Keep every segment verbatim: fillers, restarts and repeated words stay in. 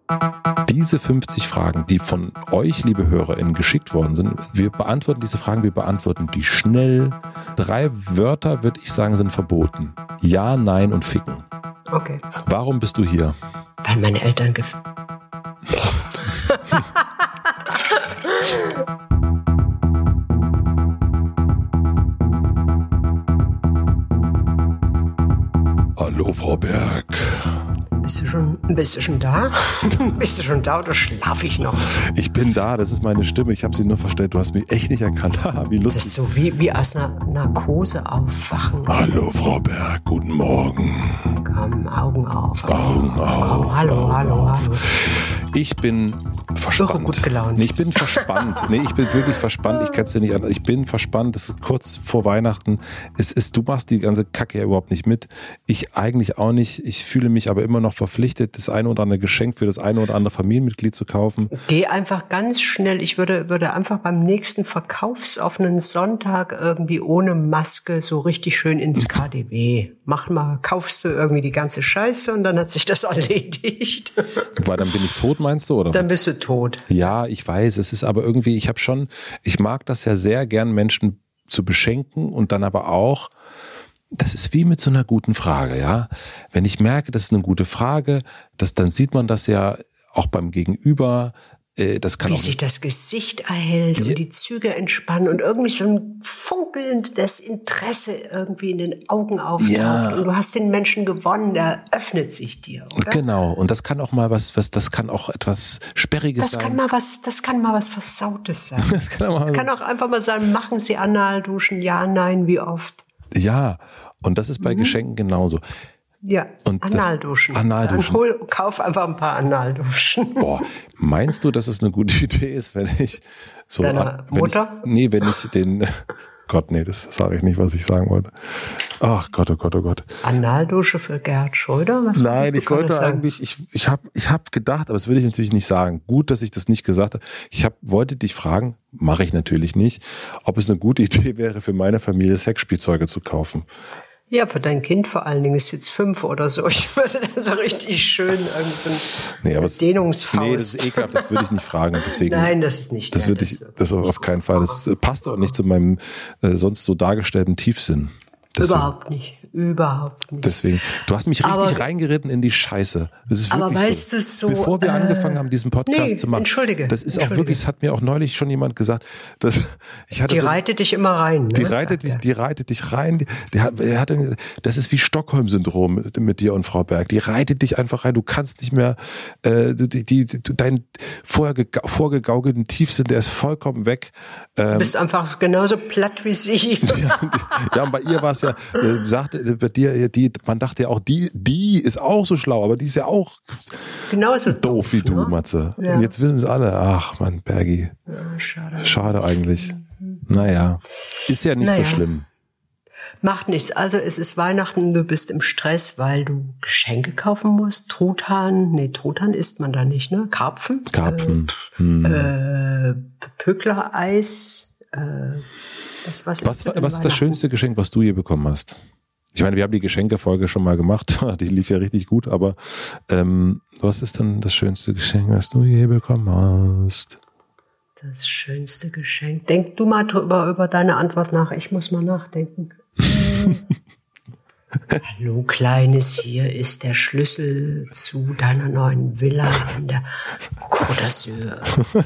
Diese fünfzig Fragen, die von euch, liebe HörerInnen, geschickt worden sind, wir beantworten diese Fragen, wir beantworten die schnell. Drei Wörter, würde ich sagen, sind verboten. Ja, nein und ficken. Okay. Warum bist du hier? Weil meine Eltern gef... Hallo, Frau Berg. Bist du schon, bist du schon da? Bist du schon da oder schlafe ich noch? Ich bin da, das ist meine Stimme. Ich habe sie nur verstellt. Du hast mich echt nicht erkannt. Wie lustig. Das ist so wie, wie aus einer Narkose aufwachen. Hallo, Frau Berg. Guten Morgen. Komm, Augen auf. Augen auf. Komm, hallo, Augen hallo, auf. hallo. Ich bin verspannt. Irre gut gelaunt. Nee, ich bin verspannt. Nee, ich bin wirklich verspannt. Ich kann es dir nicht an. Ich bin verspannt. Das ist kurz vor Weihnachten. Es ist, du machst die ganze Kacke ja überhaupt nicht mit. Ich eigentlich auch nicht. Ich fühle mich aber immer noch verpflichtet, das eine oder andere Geschenk für das eine oder andere Familienmitglied zu kaufen. Geh einfach ganz schnell. Ich würde, würde einfach beim nächsten verkaufsoffenen Sonntag irgendwie ohne Maske so richtig schön ins K D W. Mach mal, kaufst du irgendwie die ganze Scheiße und dann hat sich das erledigt. Weil dann bin ich tot, meinst du, oder? Dann bist du tot. Ja, ich weiß. Es ist aber irgendwie, ich habe schon, ich mag das ja sehr gern, Menschen zu beschenken und dann aber auch, das ist wie mit so einer guten Frage, ja. Wenn ich merke, das ist eine gute Frage, das, dann sieht man das ja auch beim Gegenüber. Äh, das kann wie auch sich das Gesicht erhält ja. und die Züge entspannen und irgendwie so ein funkelndes Interesse irgendwie in den Augen auftaucht. Ja. Und du hast den Menschen gewonnen, der öffnet sich dir, oder? Genau. Und das kann auch mal was, was, das kann auch etwas Sperriges Das sein. kann mal was, das kann mal was Versautes sein. Das kann auch, mal Das kann auch einfach mal sein, machen Sie Analduschen? Ja, nein, wie oft? Ja, und das ist bei mhm. Geschenken genauso. Ja, und Analduschen. Das, Analduschen. Dann hol, kauf einfach ein paar Analduschen. Boah, meinst du, dass es eine gute Idee ist, wenn ich so... Deine wenn Mutter? Ich, nee, wenn ich den... Gott, nee, das sage ich nicht, was ich sagen wollte. Ach Gott, oh Gott, oh Gott. Analdusche für Gerhard Schröder? Was Nein, ich wollte sagen? eigentlich, ich, ich habe ich hab gedacht, aber das will ich natürlich nicht sagen. Gut, dass ich das nicht gesagt habe. Ich hab, wollte dich fragen, mache ich natürlich nicht, ob es eine gute Idee wäre, für meine Familie Sexspielzeuge zu kaufen. Ja, für dein Kind vor allen Dingen ist jetzt fünf oder so. Ich würde da so richtig schön irgend so ein nee, aber Dehnungsfaust. Nee, das ist ekelhaft, das würde ich nicht fragen. Deswegen, Nein, das ist nicht. Das würde ich, das auf keinen Fall. Das passt auch nicht zu meinem äh, sonst so dargestellten Tiefsinn. Deswegen, überhaupt nicht. Überhaupt nicht. Deswegen, du hast mich richtig aber, reingeritten in die Scheiße. Das ist aber wirklich weißt so. du so. Bevor wir äh, angefangen haben, diesen Podcast nee, zu machen. Entschuldige. Das ist Entschuldige. auch wirklich, das hat mir auch neulich schon jemand gesagt, dass ich hatte die so, reitet dich immer rein. Ne? Die reitet, dich, die reitet dich rein. Die, die hat, die hat, das ist wie Stockholm-Syndrom mit, mit dir und Frau Berg. Die reitet dich einfach rein. Du kannst nicht mehr, äh, die, die, die, dein vorher gega- vorgegaukelten Tiefsinn, der ist vollkommen weg. Ähm, du bist einfach genauso platt wie sie. ja, ja, und bei ihr war es ja, äh, sagte bei dir, die, man dachte ja auch, die, die ist auch so schlau, aber die ist ja auch genauso doof, doof wie du, ne? Matze. Ja. Und jetzt wissen es alle. Ach, Mann, Bergi. Ja, schade. Schade eigentlich. Naja, ist ja nicht naja. so schlimm. Macht nichts. Also es ist Weihnachten, du bist im Stress, weil du Geschenke kaufen musst. Truthahn, nee, Truthahn isst man da nicht, ne? Karpfen. Karpfen. Äh, hm. äh, Pückler-Eis. Äh, was, was, was, was ist das schönste Geschenk, was du je bekommen hast? Ich meine, wir haben die Geschenkefolge schon mal gemacht. Die lief ja richtig gut, aber ähm, was ist denn das schönste Geschenk, was du je bekommen hast? Das schönste Geschenk. Denk du mal drüber, über deine Antwort nach. Ich muss mal nachdenken. Hallo Kleines, hier ist der Schlüssel zu deiner neuen Villa in der Côte d'Azur.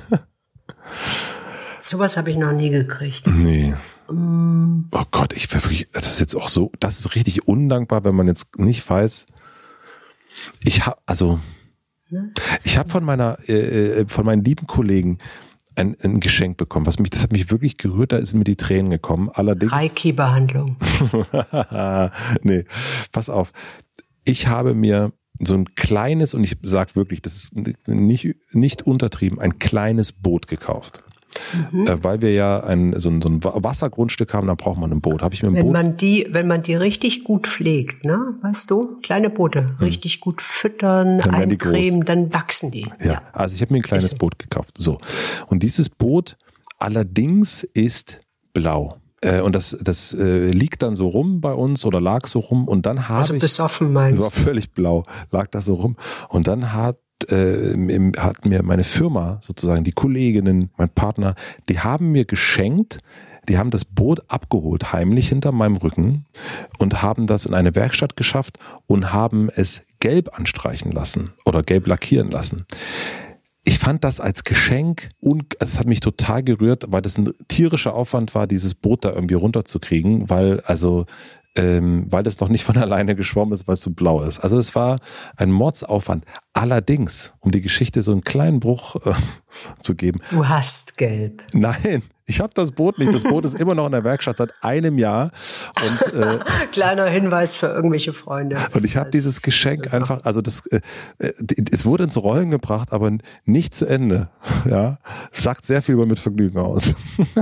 Sowas habe ich noch nie gekriegt. Nee. Mm. Oh Gott, ich wirklich, das ist jetzt auch so, das ist richtig undankbar, wenn man jetzt nicht weiß. Ich habe, also, ne? ich habe von meiner, äh, von meinen lieben Kollegen ein, ein Geschenk bekommen, was mich, das hat mich wirklich gerührt, da sind mir die Tränen gekommen. Allerdings. Reiki-Behandlung. Nee, pass auf. Ich habe mir so ein kleines, und ich sag wirklich, das ist nicht, nicht untertrieben, ein kleines Boot gekauft. Mhm. Äh, weil wir ja ein, so, ein, so ein Wassergrundstück haben, da braucht man ein Boot. Habe ich mir ein wenn Boot. Man die, wenn man die richtig gut pflegt, ne, weißt du, kleine Boote, hm. richtig gut füttern, dann eincremen, dann wachsen die. Ja, ja. Also ich habe mir ein kleines ist Boot gekauft. So. Und dieses Boot allerdings ist blau. Äh, und das, das äh, liegt dann so rum bei uns oder lag so rum und dann habe also ich. besoffen meinst du? War völlig blau, lag das so rum. Und dann hat äh, hat mir meine Firma sozusagen, die Kolleginnen, mein Partner, die haben mir geschenkt, die haben das Boot abgeholt, heimlich hinter meinem Rücken und haben das in eine Werkstatt geschafft und haben es gelb anstreichen lassen oder gelb lackieren lassen. Ich fand das als Geschenk und es hat mich total gerührt, weil das ein tierischer Aufwand war, dieses Boot da irgendwie runterzukriegen, weil also ähm, weil das noch nicht von alleine geschwommen ist, weil es so blau ist. Also es war ein Mordsaufwand. Allerdings, um die Geschichte so einen kleinen Bruch äh, zu geben. Du hast gelb. Nein, ich habe das Boot nicht. Das Boot ist immer noch in der Werkstatt seit einem Jahr. Und, äh, kleiner Hinweis für irgendwelche Freunde. Und ich habe dieses Geschenk einfach, also das, äh, es wurde ins Rollen gebracht, aber nicht zu Ende. Ja, sagt sehr viel über mit Vergnügen aus.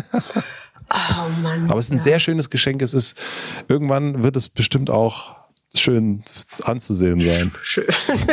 Oh Mann, aber es ist ein ja. sehr schönes Geschenk. Es ist, irgendwann wird es bestimmt auch schön anzusehen sein. Schön.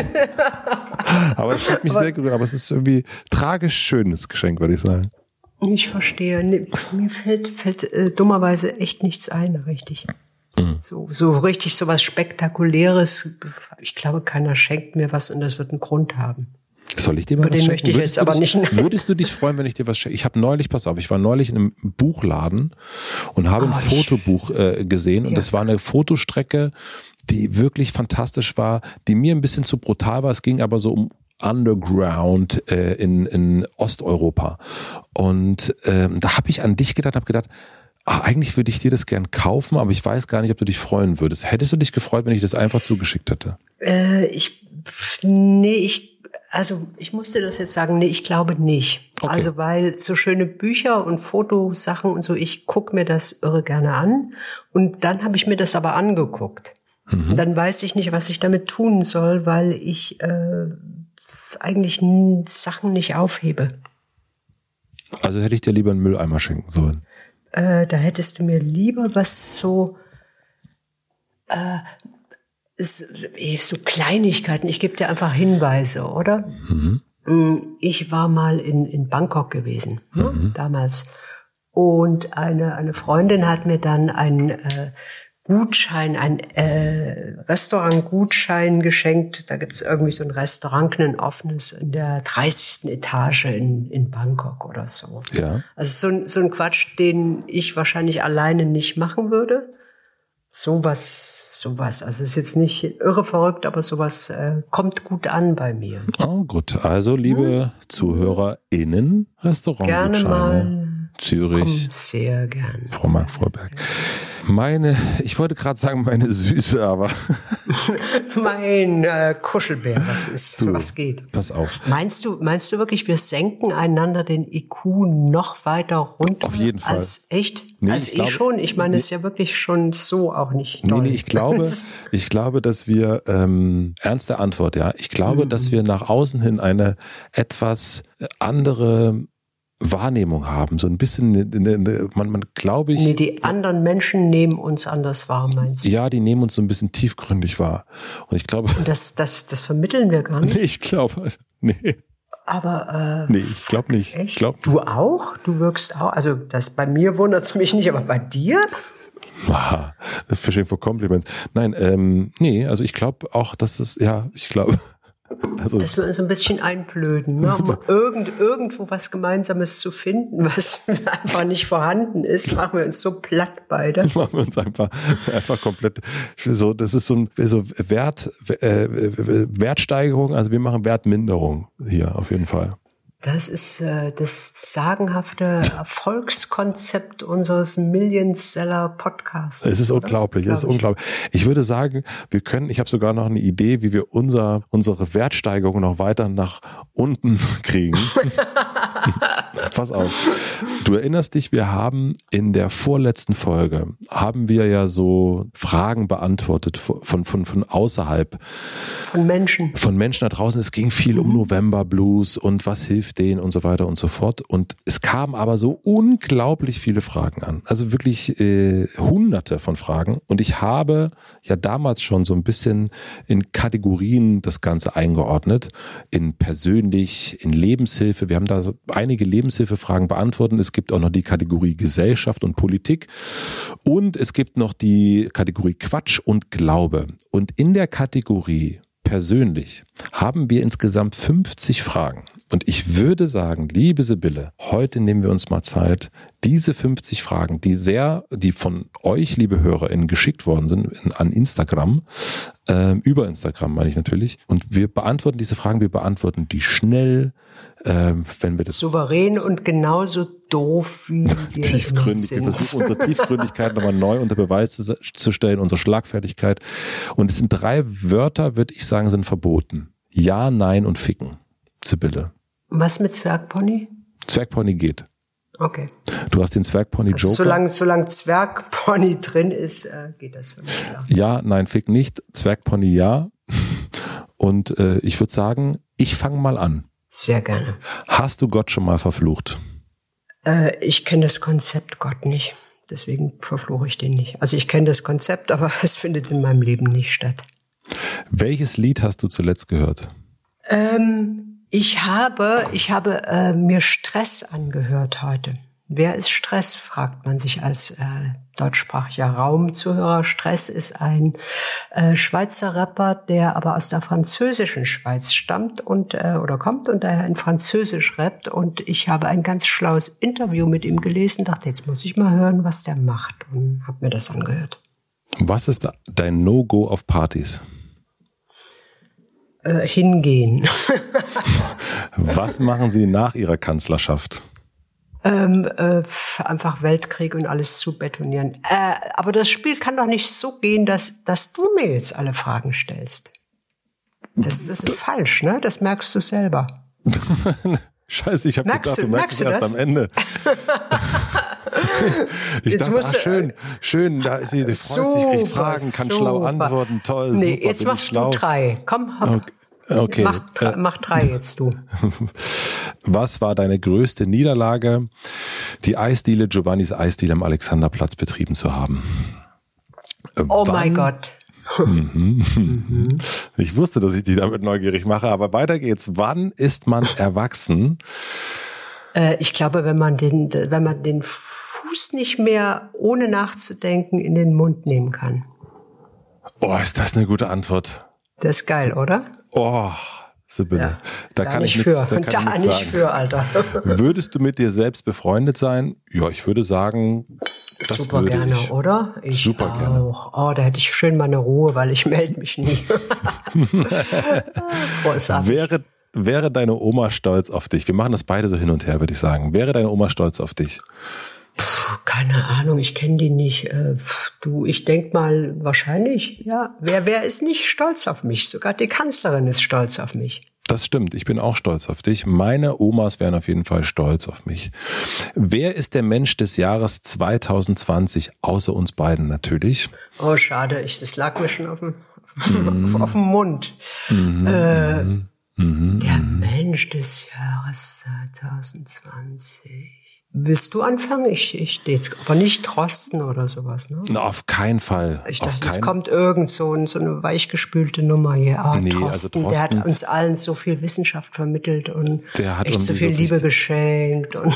Aber es hat mich aber, sehr gerührt. Aber es ist irgendwie tragisch schönes Geschenk, würde ich sagen. Ich verstehe. Nee, mir fällt, fällt äh, dummerweise echt nichts ein, richtig. Mhm. So, so richtig so was Spektakuläres. Ich glaube, keiner schenkt mir was und das wird einen Grund haben. Soll ich dir mal Über was den schenken? möchte ich Würdest jetzt aber dich, nicht. Würdest du dich freuen, wenn ich dir was schenke? Ich habe neulich, pass auf, ich war neulich in einem Buchladen und habe oh, ein Fotobuch äh, gesehen und ja. das war eine Fotostrecke, die wirklich fantastisch war, die mir ein bisschen zu brutal war. Es ging aber so um Underground äh, in, in Osteuropa. Und ähm, da habe ich an dich gedacht, habe gedacht, ach, eigentlich würde ich dir das gern kaufen, aber ich weiß gar nicht, ob du dich freuen würdest. Hättest du dich gefreut, wenn ich das einfach zugeschickt hätte? Äh, ich, nee, ich, also ich musste das jetzt sagen, nee, ich glaube nicht. Okay. Also weil so schöne Bücher und Fotosachen und so, ich gucke mir das irre gerne an und dann habe ich mir das aber angeguckt. Mhm. Dann weiß ich nicht, was ich damit tun soll, weil ich äh, eigentlich Sachen nicht aufhebe. Also hätte ich dir lieber einen Mülleimer schenken sollen. Äh, da hättest du mir lieber was so, äh, so, so Kleinigkeiten. Ich gebe dir einfach Hinweise, oder? Mhm. Ich war mal in, in Bangkok gewesen, mhm. ne, damals. Und eine, eine Freundin hat mir dann einen äh, Gutschein, ein äh, Restaurantgutschein geschenkt. Da gibt's irgendwie so ein Restaurant, ein offenes in der dreißigsten Etage in, in Bangkok oder so. Ja. Also so, so ein Quatsch, den ich wahrscheinlich alleine nicht machen würde. Sowas, sowas. Also ist jetzt nicht irre verrückt, aber sowas äh, kommt gut an bei mir. Oh gut, also liebe hm. ZuhörerInnen, Restaurantgutscheine. Gerne mal. Zürich. Komm, sehr gern. Frau Mark-Vorberg. Meine, ich wollte gerade sagen, meine Süße, aber. mein äh, Kuschelbär, was ist, du, was geht? Pass auf. Meinst du, meinst du wirklich, wir senken einander den I Q noch weiter runter? Auf jeden Fall. Als echt? Nee, als ich eh glaube, schon? Ich meine, es ist ja wirklich schon so auch nicht toll. Nee, nee, ich glaube, ich glaube, dass wir, ähm, ernste Antwort, ja. Ich glaube, mhm. dass wir nach außen hin eine etwas andere Wahrnehmung haben, so ein bisschen, man, man glaube ich. Nee, die anderen Menschen nehmen uns anders wahr, meinst du? Ja, die nehmen uns so ein bisschen tiefgründig wahr. Und ich glaube. Und das, das, das vermitteln wir gar nicht. Nee, ich glaube, nee. Aber, äh. Nee, ich glaube nicht. Echt? Ich glaub, du auch? Du wirkst auch, also, das, bei mir wundert's mich nicht, aber bei dir? Aha, Fishing for Compliment. Nein, ähm, nee, also ich glaube auch, dass das, ja, ich glaube. Also, dass wir uns ein bisschen einblöden, ne? Um irgend, irgendwo was Gemeinsames zu finden, was einfach nicht vorhanden ist, machen wir uns so platt beide. Machen wir uns einfach, einfach komplett so, das ist so ein so Wert, äh, Wertsteigerung, also wir machen Wertminderung hier auf jeden Fall. Das ist äh, das sagenhafte Erfolgskonzept unseres Million-Seller-Podcasts. Es ist oder? unglaublich, es ist ich. unglaublich. Ich würde sagen, wir können, ich habe sogar noch eine Idee, wie wir unser unsere Wertsteigerung noch weiter nach unten kriegen. Pass auf. Du erinnerst dich, wir haben in der vorletzten Folge, haben wir ja so Fragen beantwortet von, von, von außerhalb. Von Menschen. Von Menschen da draußen. Es ging viel um November Blues und was hilft denen und so weiter und so fort. Und es kamen aber so unglaublich viele Fragen an. Also wirklich äh, hunderte von Fragen. Und ich habe ja damals schon so ein bisschen in Kategorien das Ganze eingeordnet. In persönlich, in Lebenshilfe. Wir haben da so einige Lebenshilfefragen beantwortet. Es gibt auch noch die Kategorie Gesellschaft und Politik. Und es gibt noch die Kategorie Quatsch und Glaube. Und in der Kategorie persönlich haben wir insgesamt fünfzig Fragen. Und ich würde sagen, liebe Sibylle, heute nehmen wir uns mal Zeit, diese fünfzig Fragen, die sehr, die von euch, liebe HörerInnen, geschickt worden sind in, an Instagram, äh, über Instagram meine ich natürlich. Und wir beantworten diese Fragen, wir beantworten die schnell, äh, wenn wir das... Souverän und genauso doof wie wir tiefgründig. sind. Wir versuchen unsere Tiefgründigkeit nochmal neu unter Beweis zu, zu stellen, unsere Schlagfertigkeit. Und es sind drei Wörter, würde ich sagen, sind verboten. Ja, Nein und Ficken. Sibylle. Was mit Zwergpony? Zwergpony geht. Okay. Du hast den Zwergpony Joker. Also solange, solange Zwergpony drin ist, äh, geht das für mich klar. Ja, nein, Fick nicht. Zwergpony ja. Und äh, ich würde sagen, ich fange mal an. Sehr gerne. Hast du Gott schon mal verflucht? Äh, ich kenne das Konzept Gott nicht. Deswegen verfluche ich den nicht. Also ich kenne das Konzept, aber es findet in meinem Leben nicht statt. Welches Lied hast du zuletzt gehört? Ähm... Ich habe, ich habe äh, mir Stress angehört heute. Wer ist Stress, fragt man sich als äh, deutschsprachiger Raumzuhörer. Stress ist ein äh, Schweizer Rapper, der aber aus der französischen Schweiz stammt und äh, oder kommt und daher in Französisch rappt. Und ich habe ein ganz schlaues Interview mit ihm gelesen, dachte, jetzt muss ich mal hören, was der macht, und habe mir das angehört. Was ist dein No-Go auf Partys? Äh, hingehen. Was machen Sie nach Ihrer Kanzlerschaft? Ähm, äh, einfach Weltkrieg und alles zu betonieren. Äh, aber das Spiel kann doch nicht so gehen, dass, dass du mir jetzt alle Fragen stellst. Das, das ist falsch, ne? Das merkst du selber. Scheiße, ich habe gedacht, du merkst es erst am Ende. ich jetzt dachte, ach, schön, schön, da ist sie, die freut sich, kriegt Fragen, kann super. schlau antworten, toll, nee, super, jetzt machst du drei. Komm, hopp. Okay. Okay. Mach, drei, mach drei jetzt, du. Was war deine größte Niederlage, die Eisdiele, Giovannis Eisdiele am Alexanderplatz betrieben zu haben? Oh Wann? Mein Gott. Mhm. Mhm. Ich wusste, dass ich die damit neugierig mache, aber weiter geht's. Wann ist man erwachsen? Äh, ich glaube, wenn man den, wenn man den Fuß nicht mehr ohne nachzudenken in den Mund nehmen kann. Oh, ist das eine gute Antwort. Das ist geil, oder? Oh, Sibylle, ja, da kann ich nichts sagen. Da nicht für, Alter. Würdest du mit dir selbst befreundet sein? Ja, ich würde sagen, das super würde gerne, ich. oder? Ich super auch. gerne. Oh, da hätte ich schön mal eine Ruhe, weil ich melde mich nie. Großartig. Wäre, wäre deine Oma stolz auf dich? Wir machen das beide so hin und her, würde ich sagen. Wäre deine Oma stolz auf dich? Puh, keine Ahnung, ich kenne die nicht. Äh, du, ich denk mal, wahrscheinlich, ja. Wer, wer ist nicht stolz auf mich? Sogar die Kanzlerin ist stolz auf mich. Das stimmt, ich bin auch stolz auf dich. Meine Omas wären auf jeden Fall stolz auf mich. Wer ist der Mensch des Jahres zwanzig zwanzig, außer uns beiden natürlich? Oh, schade, ich, das lag mir schon auf dem, mm. auf, auf dem Mund. Mm. Äh, mm. Der Mensch des Jahres zwanzig zwanzig. Willst du anfangen? Ich, ich stehe jetzt aber nicht Drosten oder sowas, ne? Na, auf keinen Fall. Ich auf dachte, es kein... kommt irgend so, ein, so eine weichgespülte Nummer hier. Ah, nee, Drosten, also Drosten, der hat uns allen so viel Wissenschaft vermittelt und der hat echt so viel so Liebe geschenkt. Und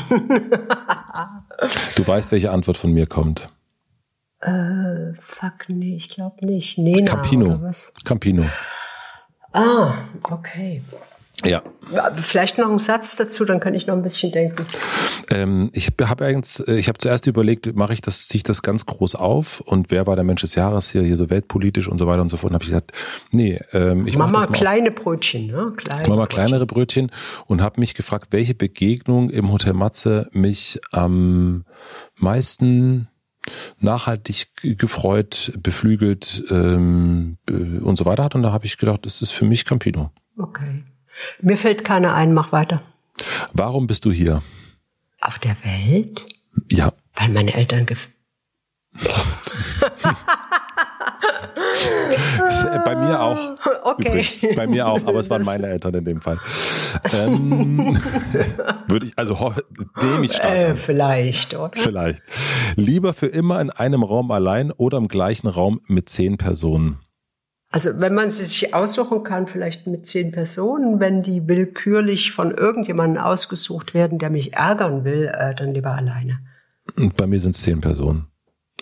du weißt, welche Antwort von mir kommt. Äh, fuck, nee, ich glaube nicht. Nena, Campino. Oder was? Campino. Ah, okay. Ja. Vielleicht noch einen Satz dazu, dann kann ich noch ein bisschen denken. Ähm, ich habe eigentlich, ich habe zuerst überlegt, mache ich das, ziehe ich das ganz groß auf und wer war der Mensch des Jahres hier, hier so weltpolitisch und so weiter und so fort. Und habe ich gesagt, nee, ähm, ich mach mache mal kleine auf. Brötchen, ne? Kleine ich mach mal Brötchen. kleinere Brötchen und habe mich gefragt, welche Begegnung im Hotel Matze mich am meisten nachhaltig gefreut, beflügelt ähm, und so weiter hat. Und da habe ich gedacht, das ist für mich Campino. Okay. Mir fällt keiner ein, mach weiter. Warum bist du hier? Auf der Welt? Ja. Weil meine Eltern gef... Bei mir auch. Okay. Übrigens. Bei mir auch, aber es waren meine Eltern in dem Fall. Ähm, würde ich, also nehme ich stark äh, an. Vielleicht, oder? Vielleicht. Lieber für immer in einem Raum allein oder im gleichen Raum mit zehn Personen? Also wenn man sie sich aussuchen kann, vielleicht mit zehn Personen, wenn die willkürlich von irgendjemandem ausgesucht werden, der mich ärgern will, äh, dann lieber alleine. Und bei mir sind es zehn Personen.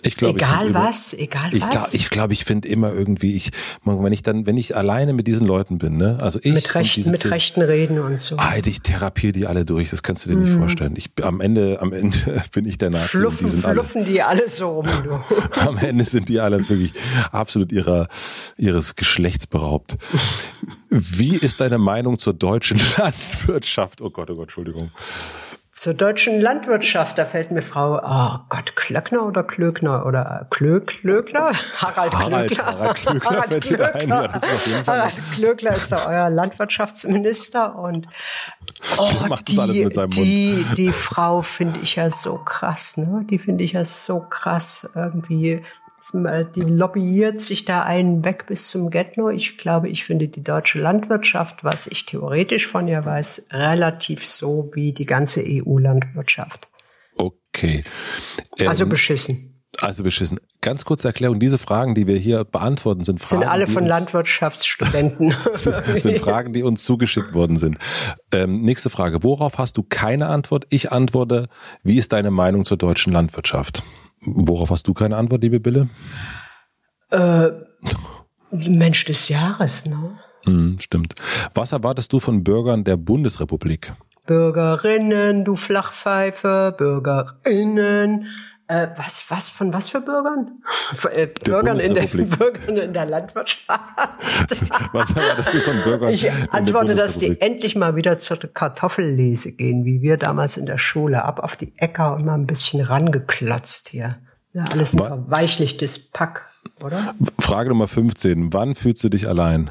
Ich glaub, egal ich was, egal ich was. Glaub, ich glaube, ich finde immer irgendwie, ich, wenn ich dann, wenn ich alleine mit diesen Leuten bin, ne, also ich mit rechten, mit rechten Reden und so. Alter, ich therapiere die alle durch, das kannst du dir nicht mm. vorstellen. Ich, am Ende, am Ende bin ich der Nazi. Fluffen, die fluffen alle, die alle so um. Du. Am Ende sind die alle wirklich absolut ihrer, ihres Geschlechts beraubt. Wie ist deine Meinung zur deutschen Landwirtschaft? Oh Gott, oh Gott, Entschuldigung. Zur deutschen Landwirtschaft, da fällt mir Frau, oh Gott, Klöckner oder Klöckner oder Klö, Klöckler? Harald Klöckler. Harald Klöckler. Harald Klöckler. Ein. Ja, das ist auf jeden Fall Harald Klöckler ist da euer Landwirtschaftsminister und oh, macht das die, alles mit seinem die, Mund. die Frau finde ich ja so krass, ne? Die finde ich ja so krass irgendwie. Die lobbyiert sich da einen weg bis zum Get-No. Ich glaube, ich finde die deutsche Landwirtschaft, was ich theoretisch von ihr weiß, relativ so wie die ganze E U-Landwirtschaft. Okay. Ähm, also beschissen. Also beschissen. Ganz kurze Erklärung, diese Fragen, die wir hier beantworten, sind Fragen, sind alle von uns, Landwirtschaftsstudenten. sind, sind Fragen, die uns zugeschickt worden sind. Ähm, nächste Frage. Worauf hast du keine Antwort? Ich antworte, wie ist deine Meinung zur deutschen Landwirtschaft? Worauf hast du keine Antwort, liebe Bille? Äh, Mensch des Jahres, ne? Hm, stimmt. Was erwartest du von Bürgern der Bundesrepublik? Bürgerinnen, du Flachpfeife, Bürgerinnen. Äh, was, was, von was für Bürgern? Äh, Bürgern, in der, Bürgern in der Landwirtschaft. Was erwartest du von Bürgern? Ich antworte, dass die endlich mal wieder zur Kartoffellese gehen, wie wir damals in der Schule. Ab auf die Äcker und mal ein bisschen rangeklotzt hier. Ja, alles ein Was? verweichlichtes Pack, oder? Frage Nummer fünfzehn. Wann fühlst du dich allein?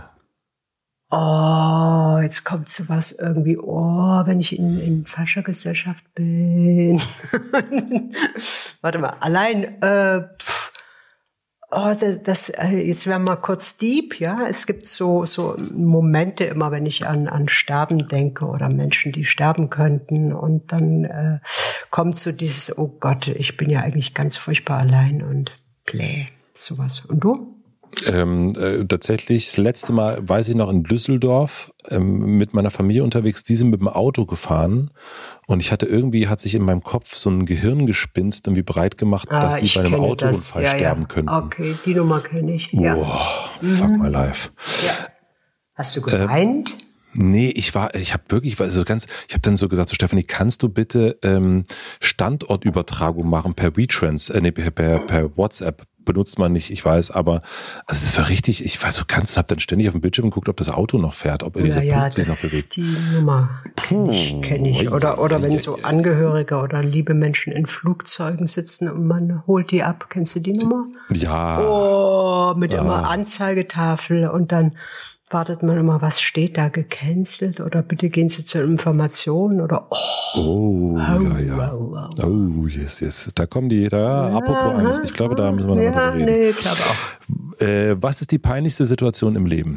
Oh, jetzt kommt so was irgendwie, oh, wenn ich in, in falscher Gesellschaft bin. Warte mal, allein, äh, pff, oh, das, das, jetzt werden wir kurz deep, ja. Es gibt so, so Momente immer, wenn ich an, an Sterben denke oder Menschen, die sterben könnten und dann, äh, kommt so dieses, oh Gott, ich bin ja eigentlich ganz furchtbar allein und bläh, sowas. Und du? Ähm, äh, tatsächlich, das letzte Mal, weiß ich noch, in Düsseldorf ähm, mit meiner Familie unterwegs, die sind mit dem Auto gefahren und ich hatte irgendwie, hat sich in meinem Kopf so ein Gehirngespinst irgendwie breit gemacht, ah, dass sie bei einem Autounfall ja, sterben ja. könnten. Okay, die Nummer kenne ich. Ja. Boah, fuck mhm. my life. Ja. Hast du geweint? Ähm, Nee, ich war, ich habe wirklich, also ganz, ich habe dann so gesagt, so Stefanie, kannst du bitte ähm, Standortübertragung machen per WeTrans, äh, nee, per, per, per WhatsApp, benutzt man nicht, ich weiß, aber also es war richtig, ich weiß, so kannst du, hab dann ständig auf dem Bildschirm geguckt, ob das Auto noch fährt, ob dieser ja, Punkt sich noch bewegt. Das ist die Nummer, kenne ich, kenn ich. Oder, oder wenn so Angehörige oder liebe Menschen in Flugzeugen sitzen und man holt die ab, kennst du die Nummer? Ja. Oh, mit ja. immer Anzeigetafel und dann wartet man immer, was steht da gecancelt oder bitte gehen Sie zur Information oder oh, oh, oh ja, ja. Oh, oh, oh. oh, yes, yes. Da kommen die, da, ja, apropos Angst, ich glaube, da müssen wir noch ja, mal drüber reden. Nee, ich glaube auch. Äh, was ist die peinlichste Situation im Leben?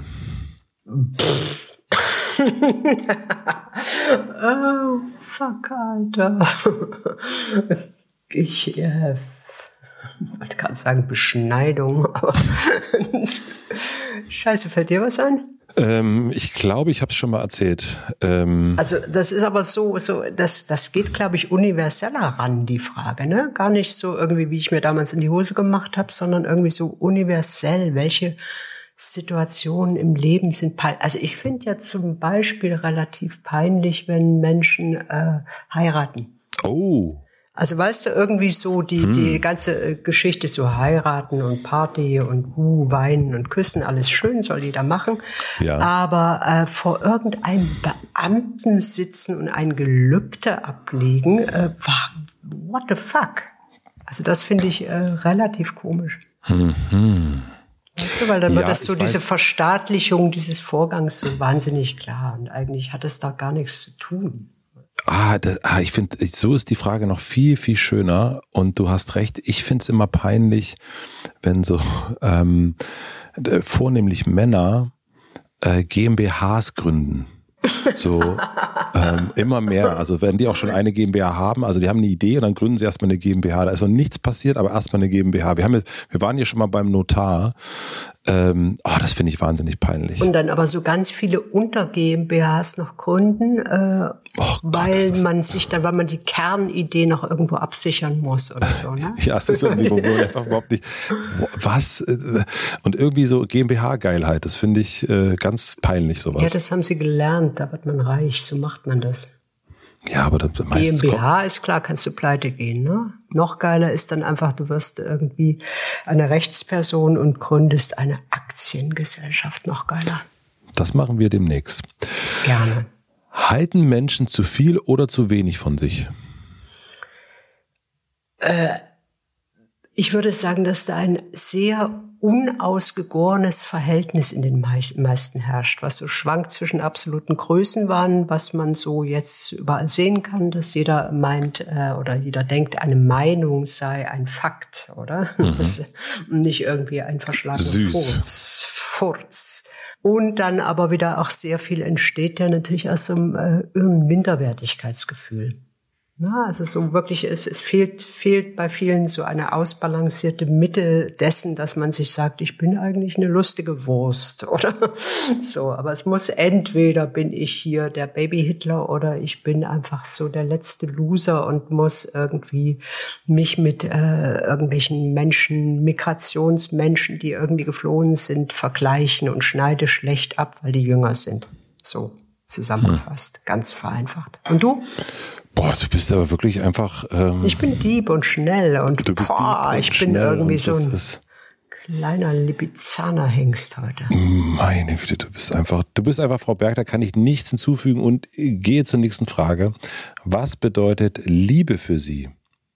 Oh, fuck, Alter. Ich, äh, ich wollte gerade sagen Beschneidung, aber Scheiße, fällt dir was ein? Ähm, ich glaube, ich habe es schon mal erzählt. Ähm also das ist aber so, so das, das geht, glaube ich, universeller ran, die Frage, ne? Gar nicht so irgendwie, wie ich mir damals in die Hose gemacht habe, sondern irgendwie so universell, welche Situationen im Leben sind peinlich. Also ich finde ja zum Beispiel relativ peinlich, wenn Menschen äh, heiraten. Oh. Also weißt du, irgendwie so die, hm. die ganze Geschichte, so heiraten und Party und uh, weinen und küssen, alles schön, soll jeder machen. Ja. Aber äh, vor irgendeinem Beamten sitzen und ein Gelübde ablegen, äh, what the fuck? Also das finde ich äh, relativ komisch. Mhm. Weißt du, weil dann wird ja, das so diese weiß. Verstaatlichung dieses Vorgangs so wahnsinnig klar. Und eigentlich hat es da gar nichts zu tun. Ah, das, ah, ich finde, so ist die Frage noch viel, viel schöner. Und du hast recht, ich finde es immer peinlich, wenn so ähm, vornehmlich Männer äh, GmbHs gründen. So ähm, immer mehr. Also wenn die auch schon eine GmbH haben, also die haben eine Idee und dann gründen sie erstmal eine GmbH. Da ist noch nichts passiert, aber erstmal eine GmbH. Wir haben, wir waren ja schon mal beim Notar Ähm, oh, das finde ich wahnsinnig peinlich. Und dann aber so ganz viele Unter-GmbHs noch gründen, äh, oh Gott, weil man sich dann, weil man die Kernidee noch irgendwo absichern muss oder so, ne? Ja, es ist so ein Niveau, wo einfach überhaupt nicht, was? Und irgendwie so GmbH-Geilheit, das finde ich äh, ganz peinlich, sowas. Ja, das haben sie gelernt, da wird man reich, so macht man das. Ja, aber das meistens GmbH ist klar, kannst du pleite gehen, ne? Noch geiler ist dann einfach, du wirst irgendwie eine Rechtsperson und gründest eine Aktiengesellschaft. Noch geiler. Das machen wir demnächst. Gerne. Halten Menschen zu viel oder zu wenig von sich? Äh, ich würde sagen, dass da ein sehr unausgegorenes Verhältnis in den meisten herrscht, was so schwankt zwischen absoluten Größenwahn, was man so jetzt überall sehen kann, dass jeder meint äh, oder jeder denkt, eine Meinung sei ein Fakt, oder? Mhm. Das, nicht irgendwie ein verschlagener Furz. Furz. Und dann aber wieder auch sehr viel entsteht, der natürlich aus so einem äh, irren Minderwertigkeitsgefühl. Na, also so wirklich, es, es fehlt, fehlt bei vielen so eine ausbalancierte Mitte dessen, dass man sich sagt, ich bin eigentlich eine lustige Wurst, oder so. Aber es muss entweder bin ich hier der Baby-Hitler oder ich bin einfach so der letzte Loser und muss irgendwie mich mit äh, irgendwelchen Menschen, Migrationsmenschen, die irgendwie geflohen sind, vergleichen und schneide schlecht ab, weil die jünger sind. So zusammengefasst, hm. ganz vereinfacht. Und du? Boah, du bist aber wirklich einfach... Ähm, ich bin Dieb und schnell und, du bist boah, und ich bin irgendwie so ein ist, kleiner Lipizzaner-Hengst heute. Meine Güte, du bist einfach, du bist einfach Frau Berg, da kann ich nichts hinzufügen und gehe zur nächsten Frage. Was bedeutet Liebe für Sie?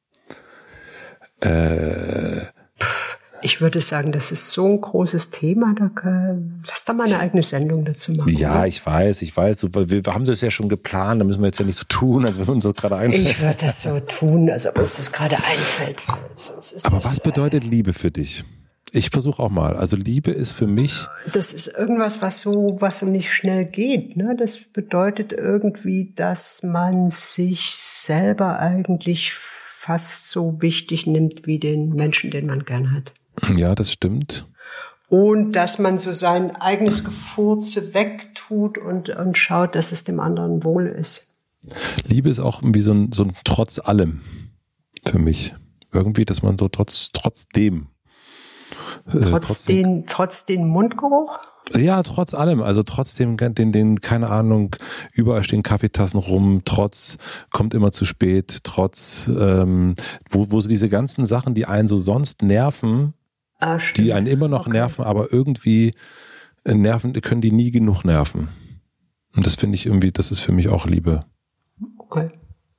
Äh... Ich würde sagen, das ist so ein großes Thema, da kann, lass da mal eine eigene Sendung dazu machen. Ja, oder? ich weiß, ich weiß. Wir, wir haben das ja schon geplant, da müssen wir jetzt ja nicht so tun, als wenn uns das gerade einfällt. Ich würde das so tun, als ob uns das gerade einfällt. Sonst ist Aber das, was bedeutet Liebe für dich? Ich versuche auch mal. Also Liebe ist für mich... Das ist irgendwas, was so, was so nicht schnell geht. Ne? Das bedeutet irgendwie, dass man sich selber eigentlich fast so wichtig nimmt wie den Menschen, den man gern hat. Ja, das stimmt. Und dass man so sein eigenes Gefurze wegtut und, und schaut, dass es dem anderen wohl ist. Liebe ist auch wie so ein, so ein Trotz allem für mich. Irgendwie, dass man so trotz, trotzdem. Äh, trotz, trotzdem, den, trotz den Mundgeruch? Ja, trotz allem. Also trotzdem, den, den, keine Ahnung, überall stehen Kaffeetassen rum, trotz, kommt immer zu spät, trotz, ähm, wo, wo so diese ganzen Sachen, die einen so sonst nerven, ah, die einen immer noch okay. nerven, aber irgendwie nerven, können die nie genug nerven. Und das finde ich irgendwie, das ist für mich auch Liebe. Okay.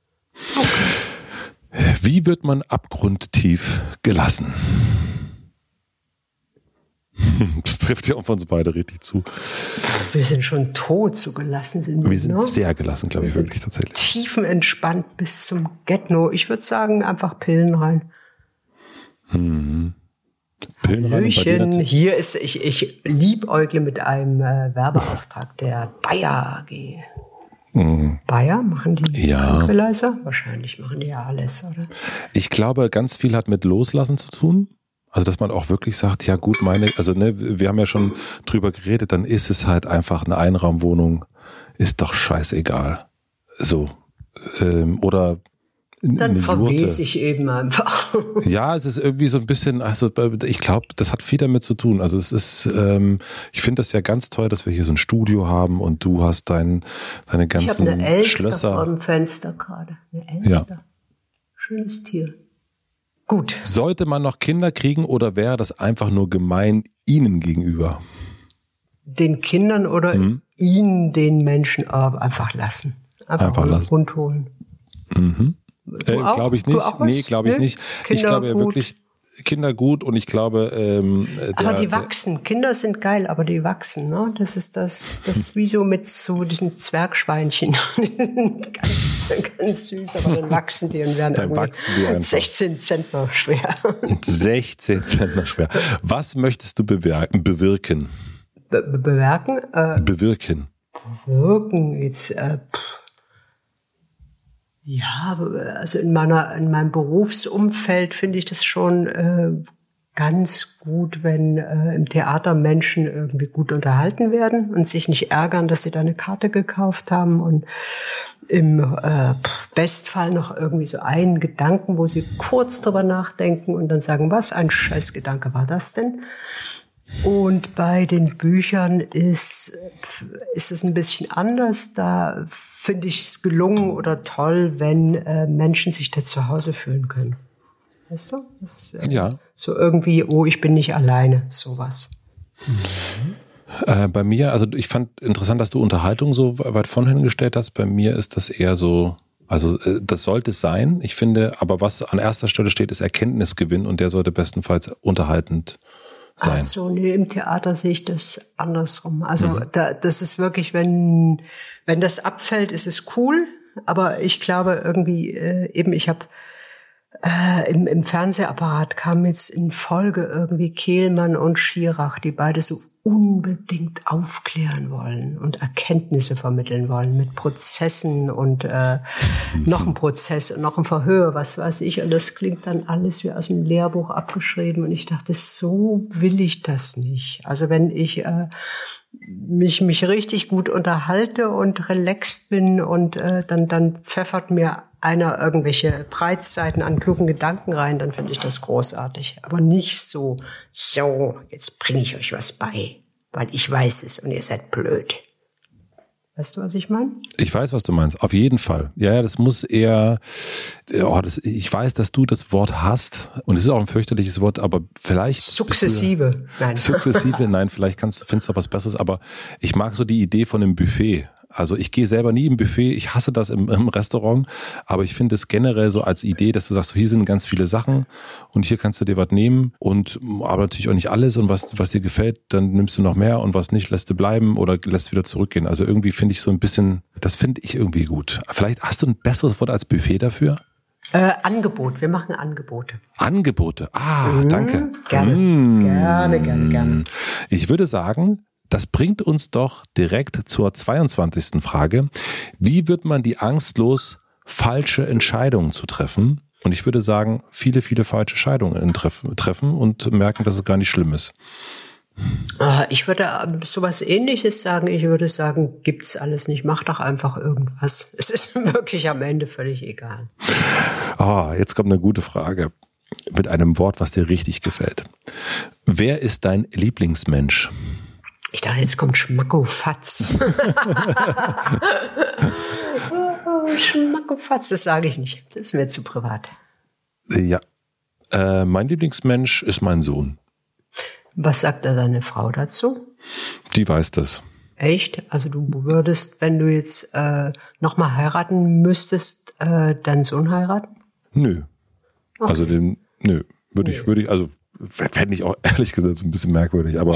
okay. Wie wird man abgrundtief gelassen? Das trifft ja auf uns beide richtig zu. Wir sind schon tot, so gelassen sind wir. Wir sind ne? sehr gelassen, glaube ich, wir wirklich tatsächlich. Tiefenentspannt bis zum Get-No. Ich würde sagen, einfach Pillen rein. Hm. Pillen Hallöchen. rein. Hier ist, ich, ich liebäugle mit einem äh, Werbeauftrag der Bayer A G. Mhm. Bayer, machen die ja. Tranquilizer? Wahrscheinlich machen die ja alles, oder? Ich glaube, ganz viel hat mit Loslassen zu tun. Also, dass man auch wirklich sagt, ja gut, meine, also ne, wir haben ja schon drüber geredet, dann ist es halt einfach eine Einraumwohnung, ist doch scheißegal. So. Ähm, oder dann verwese ich eben einfach. Ja, es ist irgendwie so ein bisschen, also ich glaube, das hat viel damit zu tun. Also es ist, ähm, ich finde das ja ganz toll, dass wir hier so ein Studio haben und du hast dein, deine ganzen Schlösser. Ich habe eine Elster Schlösser vor dem Fenster gerade. Eine Elster. Ja. Schönes Tier. Gut. Sollte man noch Kinder kriegen oder wäre das einfach nur gemein ihnen gegenüber? Den Kindern oder hm? ihnen, den Menschen, aber einfach lassen. Einfach, einfach lassen. Hund holen. Mhm. Äh, glaube ich nicht. Nee, glaube ich nicht. Kinder ich glaube ja wirklich Kinder gut und ich glaube. Ähm, der, aber die wachsen. Kinder sind geil, aber die wachsen. Ne? Das ist das. Das ist wie so mit so diesen Zwergschweinchen. ganz, ganz süß, aber dann wachsen die und werden dann wachsen die sechzehn Zentner schwer. sechzehn Zentner schwer. Was möchtest du bewirken? Bewirken. Be- bewerken? Äh, bewirken. Bewirken jetzt. Äh, Ja, also in meiner, in meinem Berufsumfeld finde ich das schon äh, ganz gut, wenn äh, im Theater Menschen irgendwie gut unterhalten werden und sich nicht ärgern, dass sie da eine Karte gekauft haben und im äh, Bestfall noch irgendwie so einen Gedanken, wo sie kurz drüber nachdenken und dann sagen, was ein Scheißgedanke war das denn? Und bei den Büchern ist, ist es ein bisschen anders. Da finde ich es gelungen oder toll, wenn äh, Menschen sich da zu Hause fühlen können. Weißt du? Das, äh, ja. So irgendwie, oh, ich bin nicht alleine, sowas. Mhm. Äh, bei mir, also ich fand interessant, dass du Unterhaltung so weit vorn hingestellt hast. Bei mir ist das eher so, also äh, das sollte es sein. Ich finde, aber was an erster Stelle steht, ist Erkenntnisgewinn und der sollte bestenfalls unterhaltend sein. Ach so, nee, im Theater sehe ich das andersrum. Also mhm. da, das ist wirklich, wenn, wenn das abfällt, ist es cool. Aber ich glaube irgendwie, äh, eben ich habe Äh, im, im Fernsehapparat kam jetzt in Folge irgendwie Kehlmann und Schirach, die beide so unbedingt aufklären wollen und Erkenntnisse vermitteln wollen mit Prozessen und äh, noch ein Prozess und noch ein Verhör, was weiß ich. Und das klingt dann alles wie aus dem Lehrbuch abgeschrieben. Und ich dachte, so will ich das nicht. Also wenn ich äh, mich mich richtig gut unterhalte und relaxed bin und äh, dann dann pfeffert mir einer irgendwelche Breitseiten an klugen Gedanken rein, dann finde ich das großartig. Aber nicht so, so, jetzt bringe ich euch was bei, weil ich weiß es und ihr seid blöd. Weißt du, was ich meine? Ich weiß, was du meinst. Auf jeden Fall. Ja, ja, das muss eher, oh, das, ich weiß, dass du das Wort hast und es ist auch ein fürchterliches Wort, aber vielleicht. Sukzessive. Nein. Sukzessive, nein, vielleicht kannst, findest du was Besseres, aber ich mag so die Idee von einem Buffet. Also ich gehe selber nie im Buffet, ich hasse das im, im Restaurant, aber ich finde es generell so als Idee, dass du sagst, hier sind ganz viele Sachen und hier kannst du dir was nehmen und aber natürlich auch nicht alles und was, was dir gefällt, dann nimmst du noch mehr und was nicht, lässt du bleiben oder lässt wieder zurückgehen. Also irgendwie finde ich so ein bisschen, das finde ich irgendwie gut. Vielleicht hast du ein besseres Wort als Buffet dafür? Äh, Angebot, wir machen Angebote. Angebote, ah, mhm, danke. Gerne, mmh. gerne, gerne, gerne. Ich würde sagen, das bringt uns doch direkt zur zweiundzwanzigsten Frage. Wie wird man die Angst los, falsche Entscheidungen zu treffen? Und ich würde sagen, viele, viele falsche Entscheidungen treffen und merken, dass es gar nicht schlimm ist. Ich würde sowas Ähnliches sagen. Ich würde sagen, gibt's alles nicht. Mach doch einfach irgendwas. Es ist wirklich am Ende völlig egal. Oh, jetzt kommt eine gute Frage mit einem Wort, was dir richtig gefällt. Wer ist dein Lieblingsmensch? Ich dachte, jetzt kommt Schmackofatz. oh, Schmackofatz, das sage ich nicht. Das ist mir zu privat. Ja, äh, mein Lieblingsmensch ist mein Sohn. Was sagt da deine Frau dazu? Die weiß das. Echt? Also du würdest, wenn du jetzt äh, nochmal heiraten müsstest, äh, deinen Sohn heiraten? Nö. Okay. Also den, nö. Würde ich, würde ich, also fände ich auch ehrlich gesagt so ein bisschen merkwürdig, aber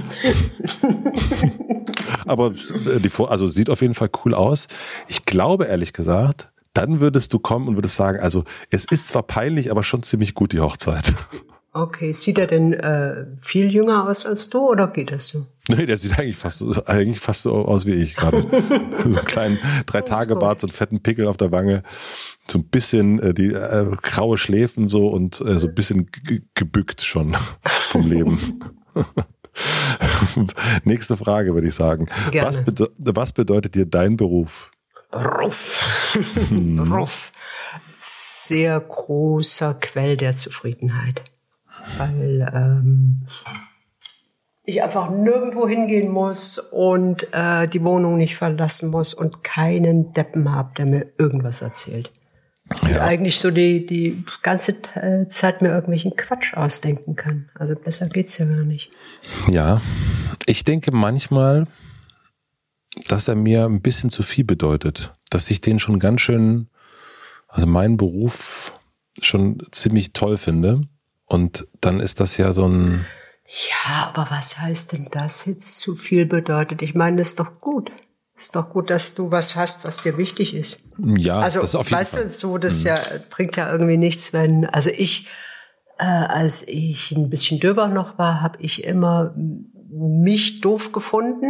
aber die, also sieht auf jeden Fall cool aus. Ich glaube ehrlich gesagt, dann würdest du kommen und würdest sagen, also es ist zwar peinlich, aber schon ziemlich gut die Hochzeit. Okay, sieht er denn äh, viel jünger aus als du oder geht das so? Nee, der sieht eigentlich fast so, eigentlich fast so aus wie ich gerade. So einen kleinen Drei-Tage-Bart, so einen fetten Pickel auf der Wange, so ein bisschen äh, die äh, graue Schläfen so und äh, so ein bisschen g- gebückt schon vom Leben. Nächste Frage, würde ich sagen. Was, bede- was bedeutet dir dein Beruf? Beruf. Hm. Beruf. Sehr großer Quell der Zufriedenheit. Weil ähm, ich einfach nirgendwo hingehen muss und äh, die Wohnung nicht verlassen muss und keinen Deppen habe, der mir irgendwas erzählt. Ja. Und eigentlich so die, die ganze Zeit mir irgendwelchen Quatsch ausdenken kann. Also besser geht's ja gar nicht. Ja, ich denke manchmal, dass er mir ein bisschen zu viel bedeutet. Dass ich den schon ganz schön, also meinen Beruf schon ziemlich toll finde. Und dann ist das ja so ein... Ja, aber was heißt denn das jetzt zu viel bedeutet? Ich meine, das ist doch gut. Ist doch gut, dass du was hast, was dir wichtig ist. Ja, also, das ist auf jeden weißt Fall. du, so, das mhm. ja, bringt ja irgendwie nichts, wenn, also ich, äh, als ich ein bisschen döber noch war, habe ich immer mich doof gefunden,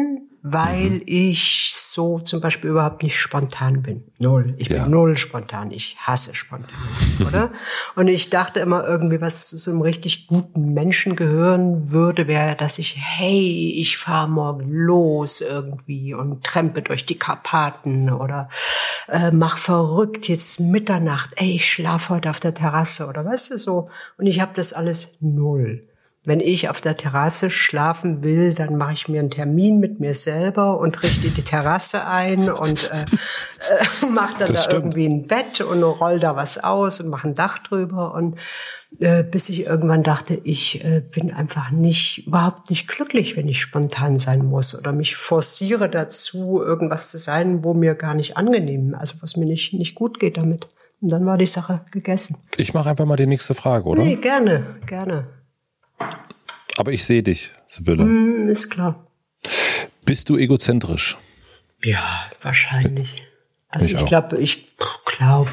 weil mhm. ich so zum Beispiel überhaupt nicht spontan bin. Null. Ich ja. bin null spontan. Ich hasse spontan, oder? Und ich dachte immer irgendwie, was zu so einem richtig guten Menschen gehören würde, wäre, dass ich, hey, ich fahre morgen los irgendwie und trempe durch die Karpaten oder äh, mach verrückt, jetzt Mitternacht, ey, ich schlafe heute auf der Terrasse oder weißt du so. Und ich habe das alles null. Wenn ich auf der Terrasse schlafen will, dann mache ich mir einen Termin mit mir selber und richte die Terrasse ein und äh, äh, mache dann das da stimmt. irgendwie ein Bett und roll da was aus und mache ein Dach drüber. Und äh, bis ich irgendwann dachte, ich äh, bin einfach nicht, überhaupt nicht glücklich, wenn ich spontan sein muss oder mich forciere dazu, irgendwas zu sein, wo mir gar nicht angenehm, also was mir nicht, nicht gut geht damit. Und dann war die Sache gegessen. Ich mache einfach mal die nächste Frage, oder? Nee, gerne, gerne. Aber ich sehe dich, Sibylle. Mm, ist klar. Bist du egozentrisch? Ja, wahrscheinlich. Also ich, ich glaube, ich glaube,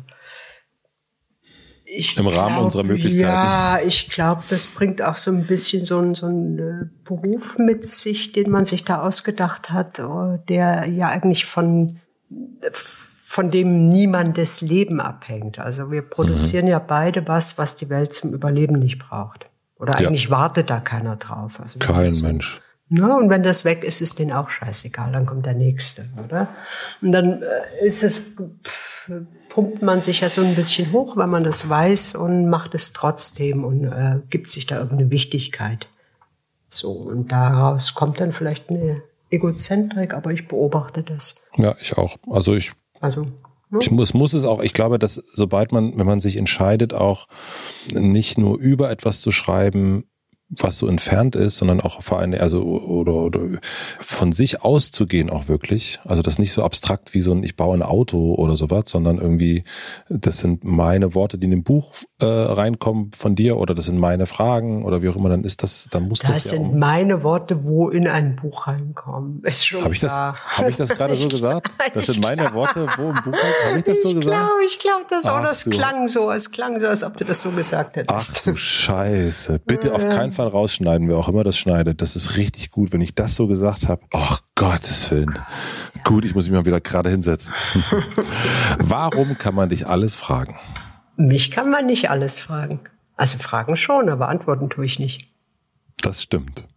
äh, ich im Rahmen glaub, unserer Möglichkeiten. Ja, ich glaube, das bringt auch so ein bisschen so einen so einen äh, Beruf mit sich, den man sich da ausgedacht hat, oh, der ja eigentlich von von dem niemandes Leben abhängt. Also wir produzieren mhm. ja beide was, was die Welt zum Überleben nicht braucht. Oder eigentlich ja. wartet da keiner drauf. Also Kein das, Mensch. Ne, und wenn das weg ist, ist denen auch scheißegal. Dann kommt der Nächste, oder? Und dann äh, ist es, pff, pumpt man sich ja so ein bisschen hoch, weil man das weiß und macht es trotzdem und äh, gibt sich da irgendeine Wichtigkeit. So, und daraus kommt dann vielleicht eine Egozentrik, aber ich beobachte das. Ja, ich auch. Also ich... Also... Ich muss, muss es auch, ich glaube, dass sobald man, wenn man sich entscheidet, auch nicht nur über etwas zu schreiben, was so entfernt ist, sondern auch vor allem, also, oder, oder von sich auszugehen auch wirklich. Also das nicht so abstrakt wie so ein, ich baue ein Auto oder sowas, sondern irgendwie, das sind meine Worte, die in dem Buch äh, reinkommen von dir oder das sind meine Fragen oder wie auch immer, dann ist das, dann muss das, das ja sind auch meine Worte, wo in ein Buch reinkommen. Ist schon Habe ich das, klar. Habe ich das gerade so gesagt? Das sind meine Worte, wo im Buch reinkommen? Habe ich das so ich gesagt? Glaub, ich glaube das auch. Das du. klang so, es klang so, als ob du das so gesagt hättest. Ach du Scheiße. Bitte auf keinen Fall rausschneiden, wer auch immer das schneidet. Das ist richtig gut, wenn ich das so gesagt habe. Oh Gottes Willen. Ja. Gut, ich muss mich mal wieder gerade hinsetzen. Warum kann man dich alles fragen? Mich kann man nicht alles fragen. Also fragen schon, aber antworten tue ich nicht. Das stimmt.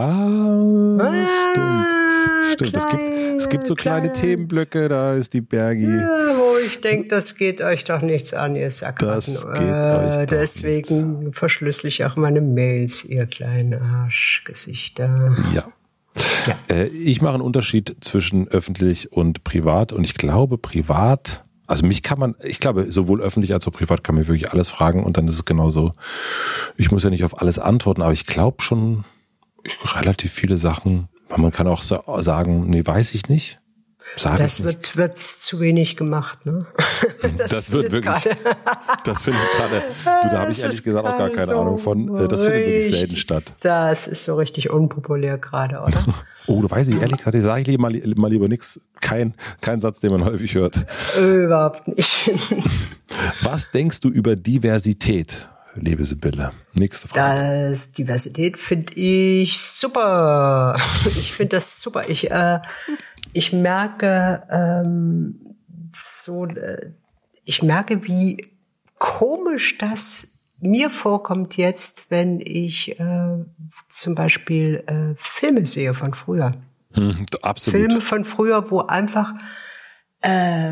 Ah, ah stimmt. Stimmt. Kleine, es gibt, es gibt so kleine, kleine Themenblöcke, da ist die Bergi. Ja, wo ich denke, das geht euch doch nichts an, ihr Sackratten. Das geht äh, euch doch Deswegen nichts. Verschlüssel ich auch meine Mails, ihr kleinen Arschgesichter. Ja. ja. Äh, ich mache einen Unterschied zwischen öffentlich und privat und ich glaube, privat, also mich kann man, ich glaube, sowohl öffentlich als auch privat kann man wirklich alles fragen und dann ist es genauso, ich muss ja nicht auf alles antworten, aber ich glaube schon ich, relativ viele Sachen. Man kann auch sagen, nee, weiß ich nicht. Sag das ich wird, nicht. wird zu wenig gemacht, ne? Das, das wird wirklich, grade. das findet gerade, du, da habe ich ehrlich gesagt auch gar keine so Ahnung von, das findet wirklich selten statt. Das ist so richtig unpopulär gerade, oder? Oh, du weißt, ich ehrlich gesagt, ich sage ich lieber mal, mal lieber nichts. Kein, kein Satz, den man häufig hört. Überhaupt nicht. Was denkst du über Diversität? Liebe Sibylle, nächste Frage. Das Diversität finde ich super. Ich finde das super. Ich, äh, ich merke ähm, so, äh, ich merke, wie komisch das mir vorkommt jetzt, wenn ich äh, zum Beispiel äh, Filme sehe von früher. Hm, absolut. Filme von früher, wo einfach Äh,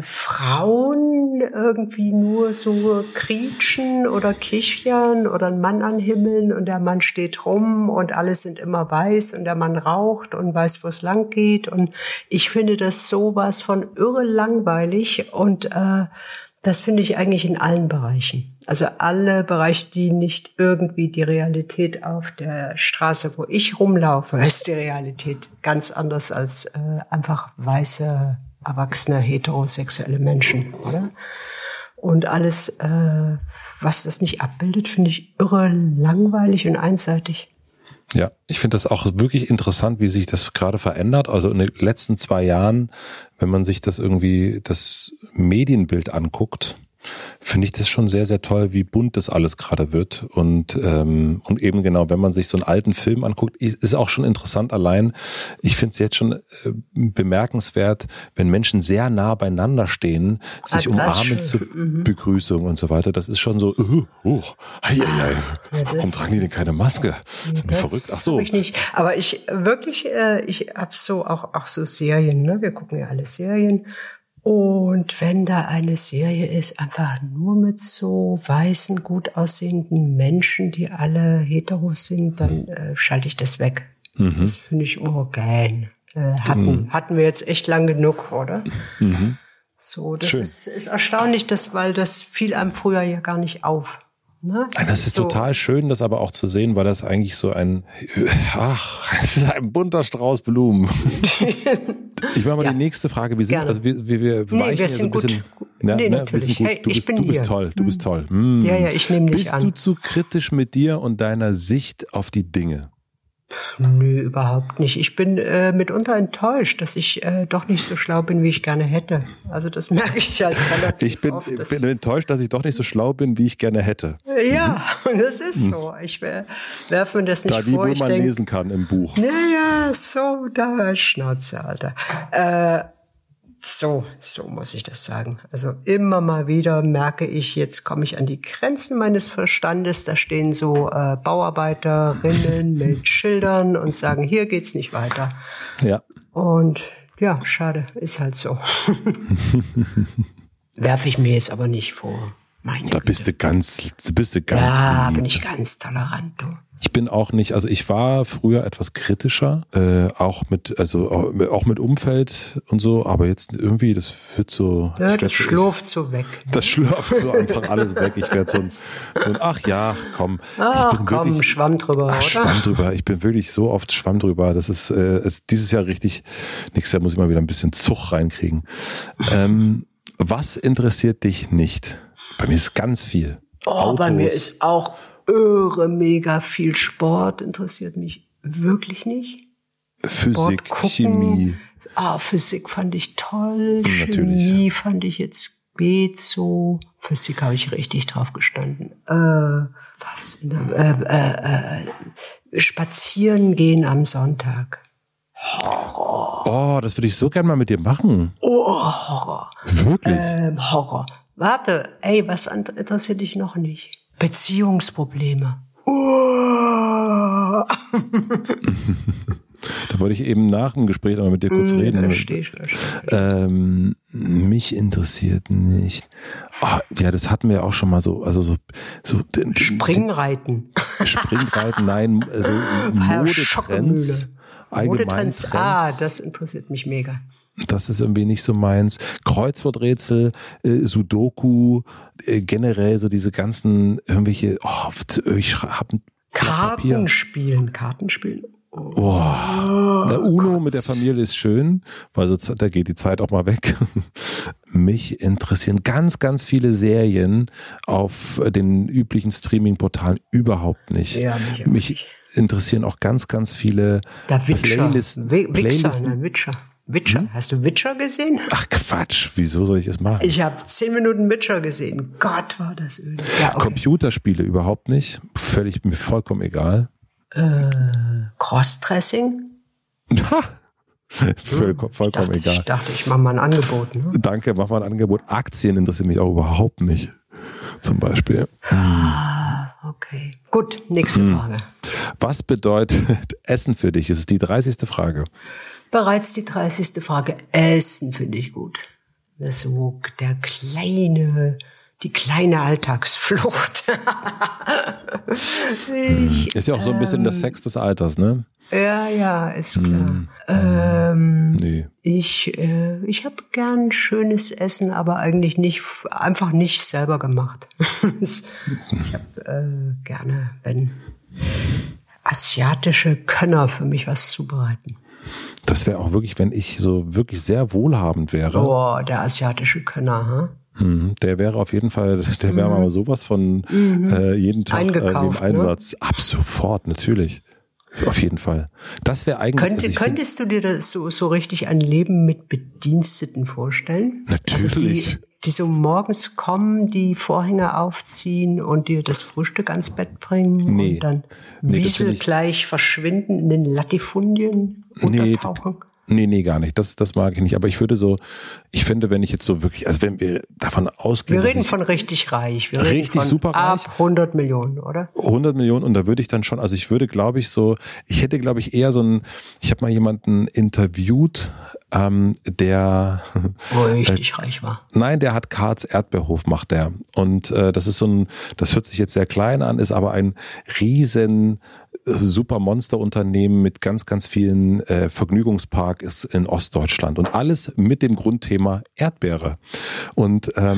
Frauen irgendwie nur so krietschen oder kichern oder einen Mann anhimmeln und der Mann steht rum und alle sind immer weiß und der Mann raucht und weiß, wo es lang geht und ich finde das sowas von irre langweilig und äh, das finde ich eigentlich in allen Bereichen. Also alle Bereiche, die nicht irgendwie die Realität auf der Straße, wo ich rumlaufe, ist die Realität ganz anders als äh, einfach weiße erwachsene, heterosexuelle Menschen, oder? Und alles, äh, was das nicht abbildet, finde ich irre langweilig und einseitig. Ja, ich finde das auch wirklich interessant, wie sich das gerade verändert. Also in den letzten zwei Jahren, wenn man sich das irgendwie, das Medienbild anguckt, finde ich das schon sehr, sehr toll, wie bunt das alles gerade wird. Und, ähm, und eben genau, wenn man sich so einen alten Film anguckt, ist, ist auch schon interessant allein. Ich finde es jetzt schon äh, bemerkenswert, wenn Menschen sehr nah beieinander stehen, sich Ah, umarmen zur mhm. Begrüßung und so weiter. Das ist schon so, uh, uh, hei, hei, hei. Ja, warum tragen die denn keine Maske? Sind die verrückt? Ach so. Ich nicht. Aber ich wirklich, äh, ich hab so auch, auch so Serien, ne? Wir gucken ja alle Serien. Und wenn da eine Serie ist, einfach nur mit so weißen, gut aussehenden Menschen, die alle hetero sind, dann äh, schalte ich das weg. Mhm. Das finde ich urgeil. Äh, hatten, mhm. hatten wir jetzt echt lang genug, oder? Mhm. So, das ist, ist erstaunlich, dass, weil das fiel einem früher ja gar nicht auf. Ne? Das, das ist, ist so total schön, das aber auch zu sehen, weil das eigentlich so ein, ach, es ist ein bunter Strauß Blumen. Ich mache mal ja. die nächste Frage. Wir sind, Gerne. also wir, wir, wir nee, weichen wir ja so ein bisschen. Gut. Ja, nee, ne, natürlich. Gut. Hey, du ich bist, bin du bist hier. toll, du bist toll. Hm. Ja, ja, ich nehme dich bist an. Bist du zu kritisch mit dir und deiner Sicht auf die Dinge? Nö, überhaupt nicht. Ich bin äh, mitunter enttäuscht, dass ich äh, doch nicht so schlau bin, wie ich gerne hätte. Also das merke ich halt relativ Ich bin, oft, ich bin enttäuscht, dass ich doch nicht so schlau bin, wie ich gerne hätte. Ja, mhm. das ist so. Ich werfe mir das nicht da, vor. Da, wie man denk, lesen kann im Buch. Naja, so, da Schnauze, Alter. Äh, So, so muss ich das sagen. Also immer mal wieder merke ich, jetzt komme ich an die Grenzen meines Verstandes. Da stehen so äh, Bauarbeiterinnen mit Schildern und sagen, hier geht's nicht weiter. Ja. Und ja, schade, ist halt so. Werfe ich mir jetzt aber nicht vor. Meine da Güte. bist du ganz, bist du ganz Ja, lieb. bin ich ganz tolerant, du. Ich bin auch nicht, also ich war früher etwas kritischer, äh, auch mit, also auch mit Umfeld und so, aber jetzt irgendwie, das wird so. Ja, das schlurft so weg. Das schlurft so einfach alles weg. Ich werde so ein, so ein, ach ja, komm. Ach ich bin komm, wirklich, Schwamm drüber, ach, oder? Schwamm drüber. Ich bin wirklich so oft Schwamm drüber. Das ist, äh, ist dieses Jahr richtig, nächstes Jahr muss ich mal wieder ein bisschen Zug reinkriegen. ähm, was interessiert dich nicht? Bei mir ist ganz viel. Oh, Autos. Bei mir ist auch irre, mega viel Sport, interessiert mich wirklich nicht. Physik, Chemie. Ah, Physik fand ich toll. Natürlich. Chemie fand ich jetzt geht so. Physik habe ich richtig drauf gestanden. Äh, was? In der, äh, äh, äh, spazieren gehen am Sonntag. Horror. Oh, das würde ich so gern mal mit dir machen. Oh, Horror. Wirklich? Ähm, Horror. Warte, ey, was interessiert dich noch nicht? Beziehungsprobleme. Oh. Da wollte ich eben nach dem Gespräch noch mit dir kurz mm, reden. Verstehe ich, verstehe ich. Ähm, mich interessiert nicht. Oh, ja, das hatten wir auch schon mal so, also so, so Springreiten. Springreiten, nein, also Modetrends. Modetrends, ah, das interessiert mich mega. Das ist irgendwie nicht so meins. Kreuzworträtsel, äh, Sudoku, äh, generell so diese ganzen irgendwelche, oh, ich hab ein Kartenspielen, Kartenspielen. Oh. Oh, der Uno Gott. Mit der Familie ist schön, weil so, da geht die Zeit auch mal weg. Mich interessieren ganz, ganz viele Serien auf den üblichen Streaming-Portalen überhaupt nicht. Ja, mich, mich nicht. interessieren auch ganz, ganz viele der Witcher. Playlisten. Witcher, Playlisten. Ne, Witcher. Witcher. Hm? Hast du Witcher gesehen? Ach Quatsch, wieso soll ich das machen? Ich habe zehn Minuten Witcher gesehen. Gott, war das öde. Ja, okay. Computerspiele überhaupt nicht. Völlig, mir vollkommen egal. Äh, Crossdressing? Voll, vollkommen ich dachte, egal. Ich dachte, ich mache mal ein Angebot. Ne? Danke, mach mal ein Angebot. Aktien interessieren mich auch überhaupt nicht. Zum Beispiel. Ah, okay. Gut, nächste hm. Frage. Was bedeutet Essen für dich? Das ist die dreißigste Frage. Bereits die dreißigste Frage. Essen finde ich gut. Das ist so der kleine, die kleine Alltagsflucht. ich, ist ja auch so ein bisschen ähm, der Sex des Alters, ne? Ja, ja, ist klar. Hm. Ähm, nee. Ich, äh, ich habe gern schönes Essen, aber eigentlich nicht, einfach nicht selber gemacht. Ich habe äh, gerne, wenn asiatische Könner für mich was zubereiten. Das wäre auch wirklich, wenn ich so wirklich sehr wohlhabend wäre. Oh, der asiatische Könner, ha? Hm, der wäre auf jeden Fall, der wäre mhm. mal sowas von mhm. äh, jeden Tag eingekauft, äh, im Einsatz. Ne? Ab sofort, natürlich. Auf jeden Fall. Das wäre eigentlich. Könnte, also könntest find, du dir das so, so richtig ein Leben mit Bediensteten vorstellen? Natürlich. Also die so morgens kommen, die Vorhänge aufziehen und dir das Frühstück ans Bett bringen Nee. und dann Nee, das find ich- wieselgleich verschwinden in den Latifundien untertauchen? Nee, nee, gar nicht. Das, das mag ich nicht. Aber ich würde so, ich finde, wenn ich jetzt so wirklich, also wenn wir davon ausgehen, Wir dass reden ich von richtig reich. Wir Richtig reden von superreich? ab hundert Millionen, oder? hundert Millionen und da würde ich dann schon, also ich würde, glaube ich, so, ich hätte, glaube ich, eher so ein, ich habe mal jemanden interviewt, ähm, der Wo er richtig reich war. Nein, der hat Karls Erdbeerhof, macht der. Und äh, das ist so ein, das hört sich jetzt sehr klein an, ist aber ein riesen äh, super Monsterunternehmen mit ganz, ganz vielen äh, Vergnügungsparks in Ostdeutschland. Und alles mit dem Grundthema Erdbeere. Und ähm,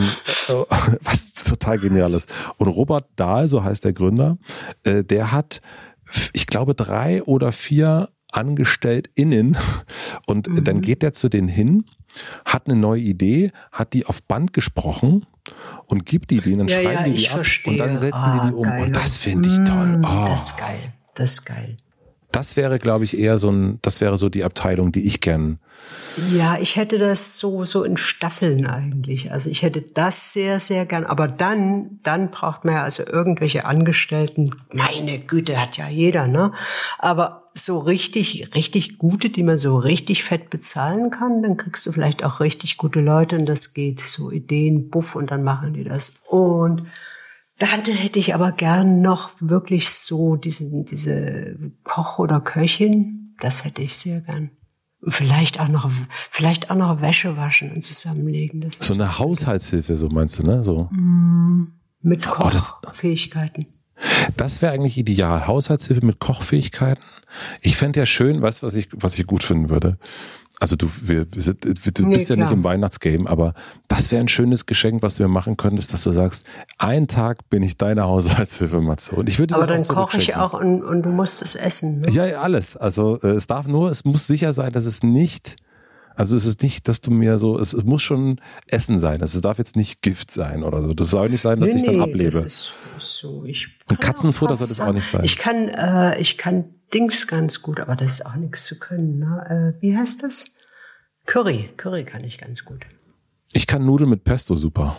was total genial ist. Und Robert Dahl, so heißt der Gründer, äh, der hat, ich glaube, drei oder vier AngestelltInnen und mhm. dann geht der zu denen hin, hat eine neue Idee, hat die auf Band gesprochen und gibt die denen, dann ja, schreiben ja, die die ab verstehe. und dann setzen ah, die die um geil. und das finde ich toll. Oh. Das ist geil, das ist geil. Das wäre, glaube ich, eher so ein, das wäre so die Abteilung, die ich gern. Ja, ich hätte das so, so in Staffeln eigentlich. Also ich hätte das sehr, sehr gern. Aber dann, dann braucht man ja also irgendwelche Angestellten. Meine Güte, hat ja jeder, ne? Aber so richtig, richtig gute, die man so richtig fett bezahlen kann, dann kriegst du vielleicht auch richtig gute Leute und das geht so Ideen, buff und dann machen die das. Und dann hätte ich aber gern noch wirklich so diesen, diese Koch oder Köchin. Das hätte ich sehr gern. Und vielleicht auch noch, vielleicht auch noch Wäsche waschen und zusammenlegen. Das ist so eine Haushaltshilfe, so meinst du, ne? So. mit Oh, das- Kochfähigkeiten. Das wäre eigentlich ideal. Haushaltshilfe mit Kochfähigkeiten. Ich fände ja schön, weißt du, was ich, was ich gut finden würde? Also du, wir, wir sind- du Nee, bist ja klar. nicht im Weihnachtsgame, aber das wäre ein schönes Geschenk, was du mir machen könntest, dass du sagst, einen Tag bin ich deine Haushaltshilfe, Matze. Und ich würde Aber das dann auch koche ich zurückschenken. auch und, und du musst es essen. Ne? Ja, ja, alles. Also äh, es darf nur, es muss sicher sein, dass es nicht, also es ist nicht, dass du mir so, es, es muss schon Essen sein. Also es darf jetzt nicht Gift sein oder so. Das soll nicht sein, dass Nee, ich dann nee, ablebe. Das ist, ist so. Ich Und kann Katzenfutter was soll das auch sagen. nicht sein. Ich kann, äh, ich kann Dings ganz gut, aber das ist auch nichts zu können. Ne? Äh, wie heißt das? Curry. Curry kann ich ganz gut. Ich kann Nudeln mit Pesto super.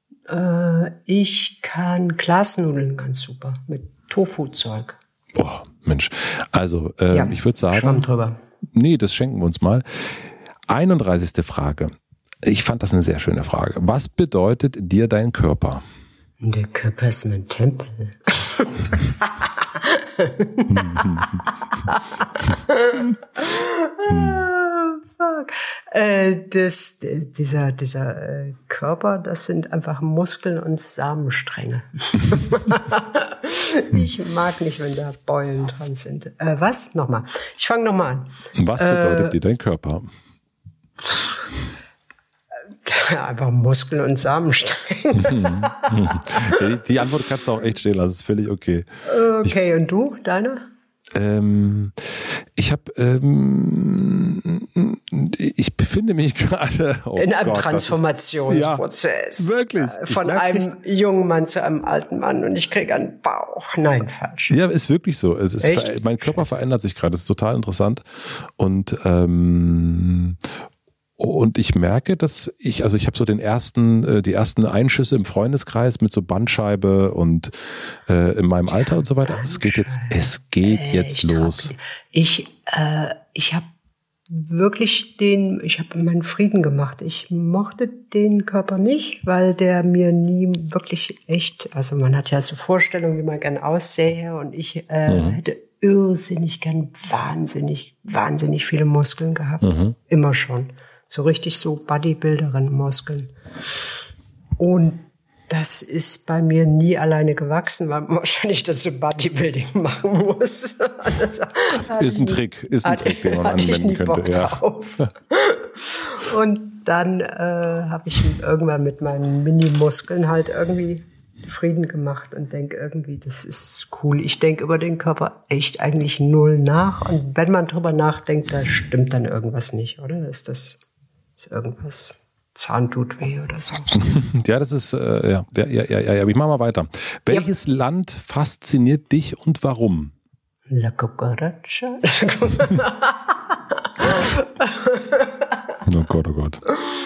Äh, ich kann Glasnudeln ganz super mit Tofu-Zeug. Boah, Mensch. Also, ähm, Ja, ich würde sagen, Schwamm drüber. nee, das schenken wir uns mal. einunddreißigste Frage. Ich fand das eine sehr schöne Frage. Was bedeutet dir dein Körper? Der Körper ist mein Tempel. Ah, fuck. Äh, das, dieser dieser äh, Körper, das sind einfach Muskeln und Samenstränge. Ich mag nicht, wenn da Beulen dran sind. Äh, was? Nochmal. Ich fange nochmal an. Was bedeutet dir dein Körper? Einfach Muskeln und Samenstränge. Die, die Antwort kannst du auch echt stehen lassen, ist völlig okay. Okay, und du? Deine? Ähm, ich habe, ähm, ich befinde mich gerade oh In einem Gott, Transformationsprozess. Ja, wirklich. Äh, Von Ich merk einem jungen Mann zu einem alten Mann und ich kriege einen Bauch. Nein, falsch. Ja, ist wirklich so. Es ist, Echt? ver- mein Körper verändert sich gerade. Das ist total interessant. Und ähm, und ich merke, dass ich, also ich habe so den ersten, äh, die ersten Einschüsse im Freundeskreis mit so Bandscheibe und äh, in meinem Alter und so weiter. Es geht jetzt, es geht Äh, jetzt ich los. trau- Ich, äh, ich habe wirklich den, ich habe meinen Frieden gemacht. Ich mochte den Körper nicht, weil der mir nie wirklich echt, also man hat ja so Vorstellungen, wie man gern aussähe und ich äh, Mhm. hätte irrsinnig gern wahnsinnig, wahnsinnig viele Muskeln gehabt. Mhm. Immer schon. So richtig so Bodybuilderin-Muskeln. Und das ist bei mir nie alleine gewachsen, weil man wahrscheinlich dazu Bodybuilding machen muss. Das hatte Ist ein ich- Trick, ist ein hatte- Trick, den man hatte ich anwenden nie Bock könnte. Ja. drauf. Und dann äh, habe ich irgendwann mit meinen Mini-Muskeln halt irgendwie Frieden gemacht und denke irgendwie, das ist cool. Ich denke über den Körper echt eigentlich null nach. Und wenn man drüber nachdenkt, da stimmt dann irgendwas nicht, oder? Ist das ist irgendwas, Zahn tut weh oder so. Ja, das ist, äh, ja, ja, ja, ja, ja, ich mach mal weiter. Welches Land fasziniert dich und warum? La cucaracha. Oh Gott, oh Gott.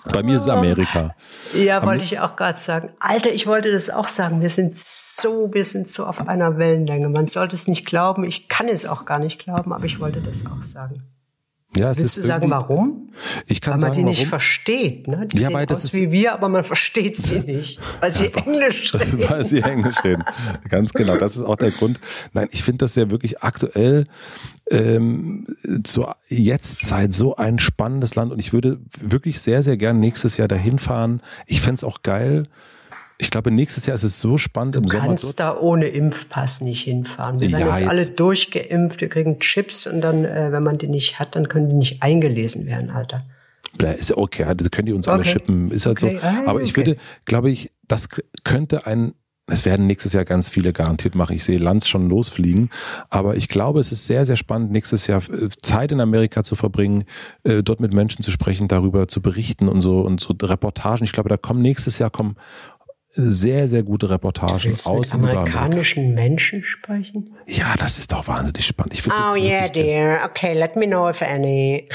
Bei mir ist es Amerika. Ja, wollte ich auch gerade sagen. Alter, ich wollte das auch sagen. Wir sind so, wir sind so auf einer Wellenlänge. Man sollte es nicht glauben. Ich kann es auch gar nicht glauben, aber ich wollte das auch sagen. Ja, es Willst ist du sagen, warum? Ich kann weil man sagen, die nicht warum. versteht. Ne? Die Ja, sehen weil das aus ist- wie wir, aber man versteht sie nicht, weil sie Englisch reden. Weil sie Englisch reden. Ganz genau, das ist auch der Grund. Nein, ich finde das ja wirklich aktuell ähm, zur Jetztzeit so ein spannendes Land und ich würde wirklich sehr, sehr gern nächstes Jahr dahin fahren. Ich fände es auch geil. Ich glaube, nächstes Jahr ist es so spannend Du im Sommer kannst dort. da ohne Impfpass nicht hinfahren. Wir werden Ja, jetzt, jetzt- alle durchgeimpft, wir kriegen Chips und dann, äh, wenn man die nicht hat, dann können die nicht eingelesen werden, Alter. Ja, ist ja okay, das können die uns alle Okay. schippen, ist halt Okay. so. Ah, Aber ich okay. würde, glaube ich, das könnte ein, es werden nächstes Jahr ganz viele garantiert machen. Ich sehe Lanz schon losfliegen. Aber ich glaube, es ist sehr, sehr spannend, nächstes Jahr äh, Zeit in Amerika zu verbringen, äh, dort mit Menschen zu sprechen, darüber zu berichten und so und so Reportagen. Ich glaube, da kommen nächstes Jahr kommen sehr, sehr gute Reportagen Willst du aus mit und über Amerika. amerikanischen Menschen sprechen? Ja, das ist doch wahnsinnig spannend. Ich finde das Oh yeah, wirklich- dear. Okay, let me know if any.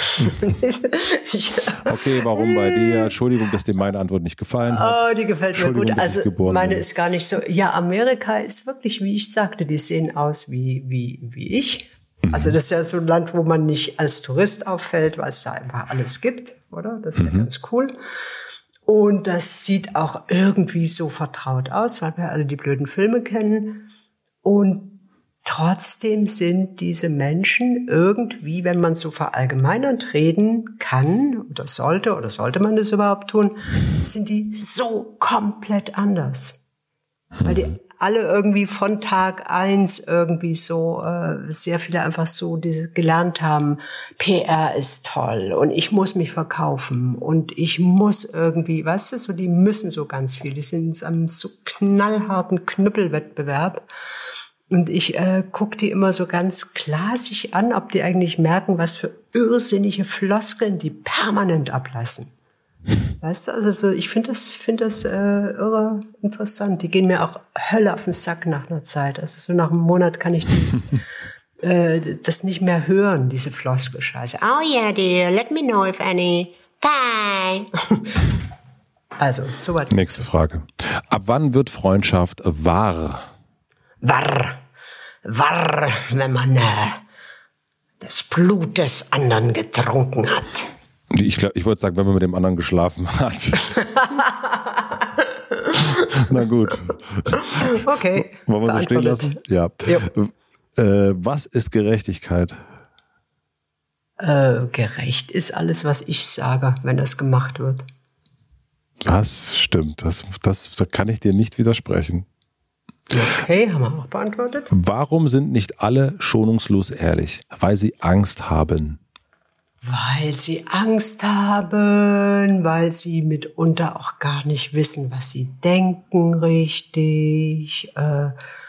Okay, warum bei dir? Entschuldigung, dass dir meine Antwort nicht gefallen hat. Oh, die gefällt mir Entschuldigung, gut. dass ich Also geboren meine bin. ist gar nicht so. Ja, Amerika ist wirklich, wie ich sagte, die sehen aus wie wie wie ich. Mhm. Also das ist ja so ein Land, wo man nicht als Tourist auffällt, weil es da einfach alles gibt, oder? Das ist Mhm. ja ganz cool. Und das sieht auch irgendwie so vertraut aus, weil wir alle die blöden Filme kennen. Und trotzdem sind diese Menschen irgendwie, wenn man so verallgemeinernd reden kann oder sollte, oder sollte man das überhaupt tun, sind die so komplett anders. Weil die alle irgendwie von Tag eins irgendwie so, äh, sehr viele einfach so diese gelernt haben, P R ist toll und ich muss mich verkaufen und ich muss irgendwie, weißt du, so die müssen so ganz viel. Die sind in einem so knallharten Knüppelwettbewerb. Und ich äh, gucke die immer so ganz glasig an, ob die eigentlich merken, was für irrsinnige Floskeln die permanent ablassen. Weißt du, also so, ich finde das, finde das äh, irre interessant. Die gehen mir auch Hölle auf den Sack nach einer Zeit. Also so nach einem Monat kann ich das, äh, das nicht mehr hören, diese Floskelscheiße. Oh yeah, dear, let me know if any. Bye. Also, soweit. Nächste Frage. Ab wann wird Freundschaft wahr? Warr, warr, wenn man äh, das Blut des anderen getrunken hat. Ich, glaub, ich wollte sagen, wenn man mit dem anderen geschlafen hat. Na gut. Okay. Wollen wir so stehen lassen? Ja. Jo. Äh, was ist Gerechtigkeit? Äh, gerecht ist alles, was ich sage, wenn das gemacht wird. Das stimmt. Das, das, da kann ich dir nicht widersprechen. Okay, haben wir auch beantwortet. Warum sind nicht alle schonungslos ehrlich? Weil sie Angst haben. Weil sie Angst haben, weil sie mitunter auch gar nicht wissen, was sie denken richtig, äh,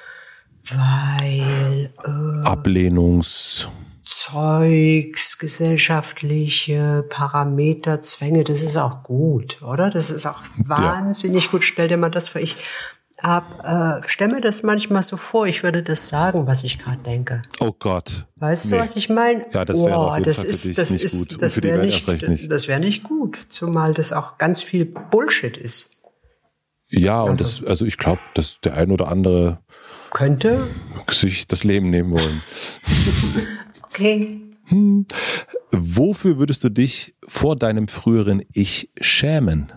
weil äh, Ablehnungs... Zeugs, gesellschaftliche Parameter, Zwänge, das ist auch gut, oder? Das ist auch wahnsinnig gut. Stell dir mal das vor, ich hab, äh, stell mir das manchmal so vor, ich würde das sagen, was ich gerade denke. Oh Gott. Weißt Nee. du, was ich meine? Ja, das wäre auf jeden das Fall für ist, dich das nicht ist, gut und das für die wäre Welt nicht, erst recht nicht. Das wäre nicht gut, zumal das auch ganz viel Bullshit ist. Ja, und Also- das, also ich glaube, dass der ein oder andere Könnte? sich das Leben nehmen wollen. Okay. Wofür würdest du dich vor deinem früheren Ich schämen?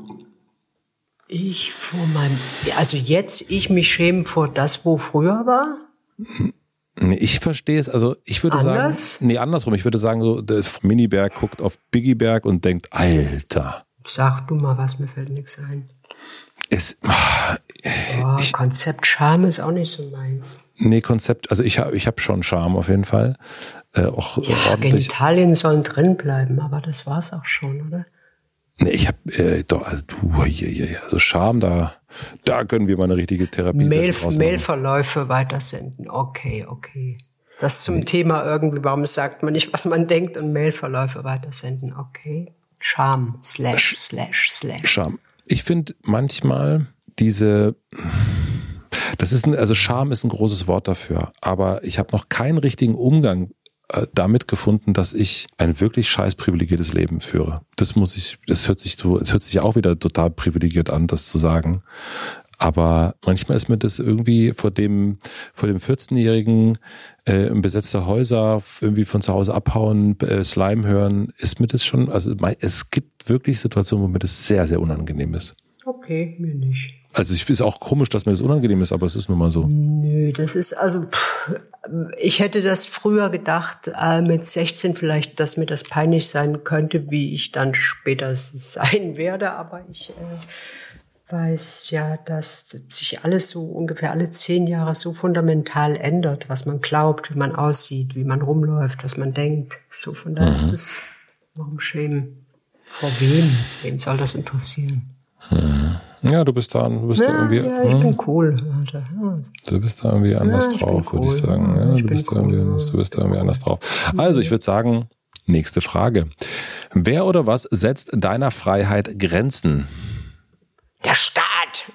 Ich vor meinem, also jetzt ich mich schämen vor das, wo früher war? Nee, ich verstehe es, also ich würde Anders? sagen, nee, andersrum, ich würde sagen, so, der Miniberg guckt auf Biggieberg und denkt, Alter, Sag du mal was, mir fällt nichts ein. es, Oh, Konzept Charme ist auch nicht so meins. nee, Konzept, also ich habe ich hab schon Charme auf jeden Fall, äh, auch Ja, ordentlich. Genitalien sollen drin bleiben, aber das war's auch schon, oder? Nee, ich habe, äh, doch, also, du, hier, hier, also Charme, da, da können wir mal eine richtige Therapie Mail, draus machen. Mailverläufe weitersenden. Okay, okay. Das zum Thema irgendwie, warum sagt man nicht, was man denkt und Mailverläufe weitersenden. Okay. Charme, slash, slash, slash. Charme. Ich finde manchmal diese, das ist ein, also Charme ist ein großes Wort dafür, aber ich habe noch keinen richtigen Umgang äh, damit gefunden, dass ich ein wirklich scheiß privilegiertes Leben führe. Das muss ich, das hört sich so, es hört sich auch wieder total privilegiert an, das zu sagen. Aber manchmal ist mir das irgendwie vor dem, vor dem vierzehnjährigen äh, besetzte Häuser irgendwie von zu Hause abhauen, äh, Slime hören, ist mir das schon, also es gibt wirklich Situationen, wo mir das sehr, sehr unangenehm ist. Okay, mir nicht. Also ich finde es auch komisch, dass mir das unangenehm ist, aber es ist nun mal so. Nö, das ist also, pff, ich hätte das früher gedacht, äh, mit sechzehn vielleicht, dass mir das peinlich sein könnte, wie ich dann später sein werde, aber ich äh, weiß ja, dass sich alles so ungefähr alle zehn Jahre so fundamental ändert, was man glaubt, wie man aussieht, wie man rumläuft, was man denkt. So von daher mhm. ist es, warum schämen? Vor wem? Wen soll das interessieren? Mhm. Ja, du bist da, du bist ja, da irgendwie. Ja, ich hm, bin cool. Alter. Ja. Du bist da irgendwie anders ja, drauf, cool. würde ich sagen. Ja, ich du, bist cool. da irgendwie, du bist da irgendwie anders drauf. Also, ich würde sagen, nächste Frage. Wer oder was setzt deiner Freiheit Grenzen? Der Staat.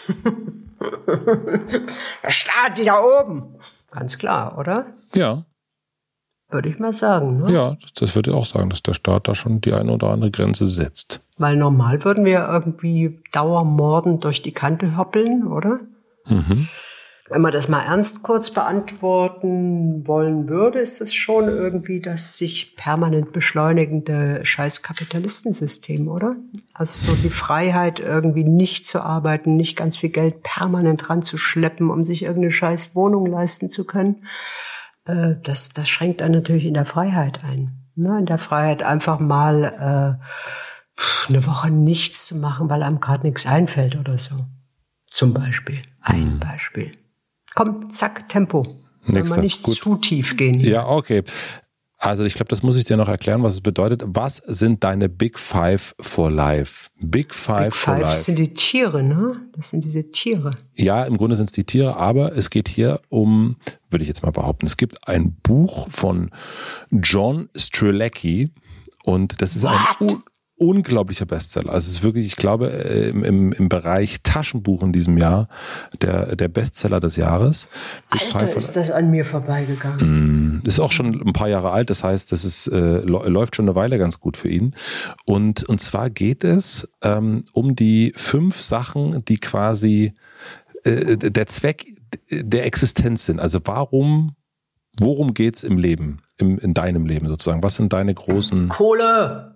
Der Staat, die da oben. Ganz klar, oder? Ja. Würde ich mal sagen. Ne? Ja, das würde ich auch sagen, dass der Staat da schon die eine oder andere Grenze setzt. Weil normal würden wir irgendwie dauermordend durch die Kante hoppeln, oder? Mhm. Wenn man das mal ernst kurz beantworten wollen würde, ist es schon irgendwie das sich permanent beschleunigende Scheiß-Kapitalistensystem, oder? Also so die Freiheit, irgendwie nicht zu arbeiten, nicht ganz viel Geld permanent ranzuschleppen, um sich irgendeine scheiß Wohnung leisten zu können. Äh, das, das schränkt einen natürlich in der Freiheit ein. Ne? In der Freiheit einfach mal äh, eine Woche nichts zu machen, weil einem gerade nichts einfällt oder so. Zum Beispiel. Ein Beispiel. Komm, zack, Tempo. Wenn wir nicht Gut. zu tief gehen. Hier. Ja, okay. Also ich glaube, das muss ich dir noch erklären, was es bedeutet. Was sind deine Big Five for Life? Big Five Big for Five Life. sind die Tiere, ne? Das sind diese Tiere. Ja, im Grunde sind es die Tiere, aber es geht hier um, würde ich jetzt mal behaupten, es gibt ein Buch von John Strzelecki und das ist What? ein unglaublicher Bestseller. Also es ist wirklich, ich glaube, im, im, im Bereich Taschenbuch in diesem Jahr der, der Bestseller des Jahres. Alter, ist das an mir vorbeigegangen. Ist auch schon ein paar Jahre alt, das heißt, das ist, äh, läuft schon eine Weile ganz gut für ihn. Und, und zwar geht es ähm, um die fünf Sachen, die quasi äh, der Zweck der Existenz sind. Also warum, worum geht's im Leben, im, in deinem Leben sozusagen? Was sind deine großen... Kohle!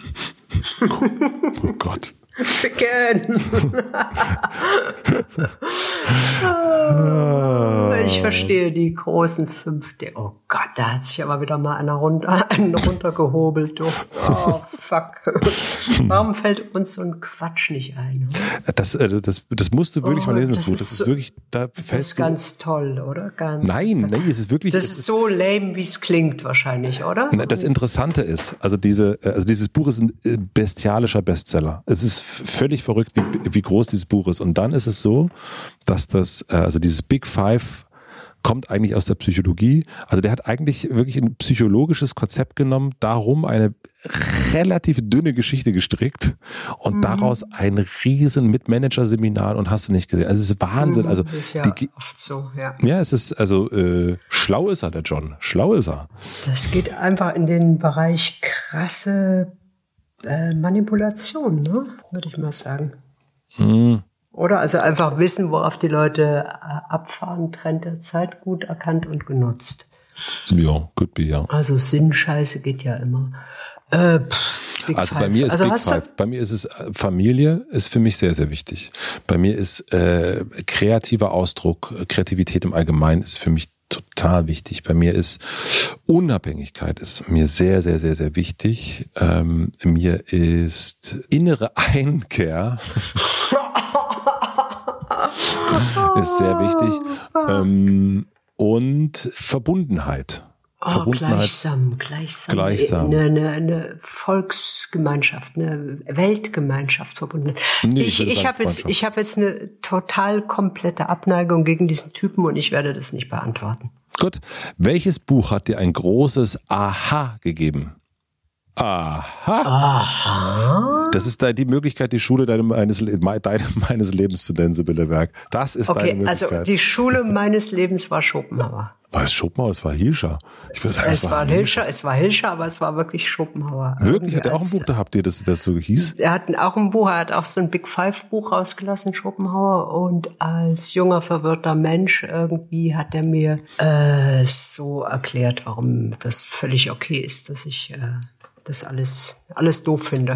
Oh Gott. Ficken. Ich verstehe die großen fünf. Oh Gott, da hat sich aber wieder mal einer runter, einen runtergehobelt. Du. Oh fuck. Warum fällt uns so ein Quatsch nicht ein? Das, das, das musst du wirklich oh, mal lesen. Das, das ist so, wirklich, da das ist ganz toll, oder? Ganz Nein, nein, es ist wirklich. Das ist so lame, wie es klingt, wahrscheinlich, oder? Das Interessante ist, also diese, also dieses Buch ist ein bestialischer Bestseller. Es ist völlig verrückt, wie, wie groß dieses Buch ist. Und dann ist es so, dass das, also dieses Big Five kommt eigentlich aus der Psychologie. Also der hat eigentlich wirklich ein psychologisches Konzept genommen, darum eine relativ dünne Geschichte gestrickt und mhm. daraus ein riesen Mitmanager-Seminar und hast du nicht gesehen. Also es ist Wahnsinn. Also mhm, ist ja die, oft so, ja. Ja, es ist, also äh, schlau ist er, der John. Schlau ist er. Das geht einfach in den Bereich krasse äh, Manipulation, ne? Würde ich mal sagen. Mhm. Oder? Also einfach wissen, worauf die Leute abfahren, Trend der Zeit, gut erkannt und genutzt. Ja, could be, ja. Also Sinnscheiße geht ja immer. Äh, pff, also bei mir ist also Big Five, bei mir ist es, Familie ist für mich sehr, sehr wichtig. Bei mir ist äh, kreativer Ausdruck, Kreativität im Allgemeinen ist für mich total wichtig. Bei mir ist Unabhängigkeit ist mir sehr, sehr, sehr, sehr wichtig. Ähm, mir ist innere Einkehr ist sehr wichtig. Ähm, und Verbundenheit. Oh, Verbundenheit. Gleichsam, gleichsam. Gleichsam. Eine, eine, eine Volksgemeinschaft, eine Weltgemeinschaft verbunden. Nee, ich ich habe jetzt, ich habe jetzt eine total komplette Abneigung gegen diesen Typen und ich werde das nicht beantworten. Gut. Welches Buch hat dir ein großes Aha gegeben? Aha. Aha. Das ist da die Möglichkeit, die Schule deinem, meines, deinem, meines Lebens zu nennen, Sibylle Berg. Das ist okay, deine Möglichkeit. Also die Schule meines Lebens war Schopenhauer. War es Schopenhauer? Es war Hilscher. Ich würde sagen, es, es war Hilscher, es war Hilscher, aber es war wirklich Schopenhauer. Wirklich? Hat er auch ein Buch gehabt, dir das, das so hieß? Er hat auch ein Buch, er hat auch so ein Big Five Buch rausgelassen, Schopenhauer. Und als junger, verwirrter Mensch irgendwie hat er mir äh, so erklärt, warum das völlig okay ist, dass ich äh, das alles, alles doof finde.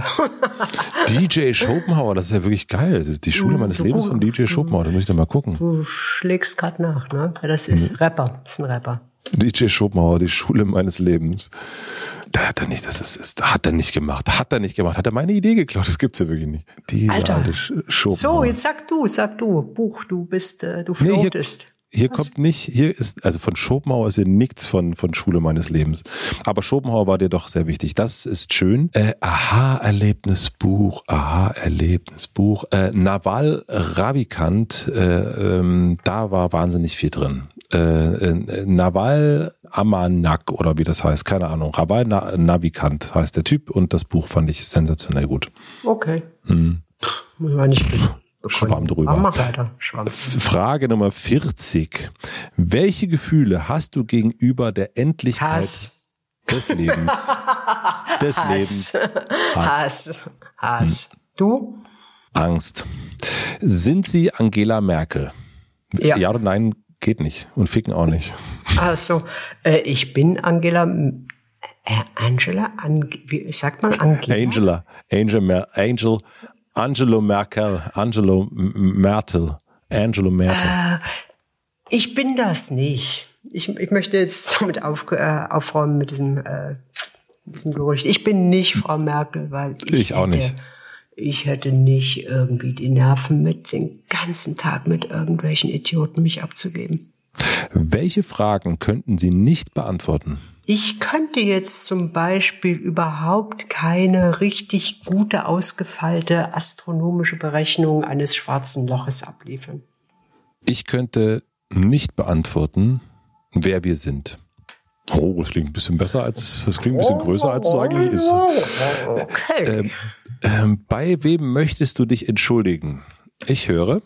D J Schopenhauer, das ist ja wirklich geil. Die Schule meines du, Lebens von D J Schopenhauer, da muss ich da mal gucken. Du schlägst gerade nach, ne? Das ist mhm. Rapper, das ist ein Rapper. D J Schopenhauer, die Schule meines Lebens. Da hat er nicht, das ist, ist hat er nicht gemacht, hat er nicht gemacht, hat er meine Idee geklaut, das gibt's ja wirklich nicht. Diese Alter. alte Schopenhauer. So, jetzt sag du, sag du, Buch, du bist, äh, du floatest. Nee, Hier Was? kommt nicht, hier ist, also von Schopenhauer ist hier nichts von, von Schule meines Lebens. Aber Schopenhauer war dir doch sehr wichtig. Das ist schön. Äh, Aha-Erlebnisbuch, Aha-Erlebnisbuch. Äh, Naval Ravikant, äh, ähm, da war wahnsinnig viel drin. Äh, äh, Naval Amanak oder wie das heißt, keine Ahnung. Naval Na- Navikant heißt der Typ und das Buch fand ich sensationell gut. Okay. Hm. Muss man nicht bekommen. Schwamm drüber. Aber mach weiter. Schwamm. Frage Nummer vierzig. Welche Gefühle hast du gegenüber der Endlichkeit Hass. des Lebens? Des Hass. Lebens. Hass. Hass. Hass. Hm. Du? Angst. Sind Sie Angela Merkel? Ja. Ja oder nein, geht nicht. Und ficken auch nicht. Also, äh, ich bin Angela... Äh, Angela? An, wie sagt man Angela? Angela. Angel, Mer, Angel Angelo Merkel, Angelo Merkel, Angelo Merkel. Äh, ich bin das nicht. Ich, ich möchte jetzt damit auf, äh, aufräumen mit diesem, äh, diesem Gerücht. Ich bin nicht Frau Merkel, weil ich, ich auch hätte, nicht. Ich hätte nicht irgendwie die Nerven, mit den ganzen Tag mit irgendwelchen Idioten mich abzugeben. Welche Fragen könnten Sie nicht beantworten? Ich könnte jetzt zum Beispiel überhaupt keine richtig gute, ausgefeilte astronomische Berechnung eines schwarzen Loches abliefern. Ich könnte nicht beantworten, wer wir sind. Oh, das klingt ein bisschen besser, als das klingt ein bisschen größer, als es eigentlich ist. Okay. Ähm, ähm, bei wem möchtest du dich entschuldigen? Ich höre.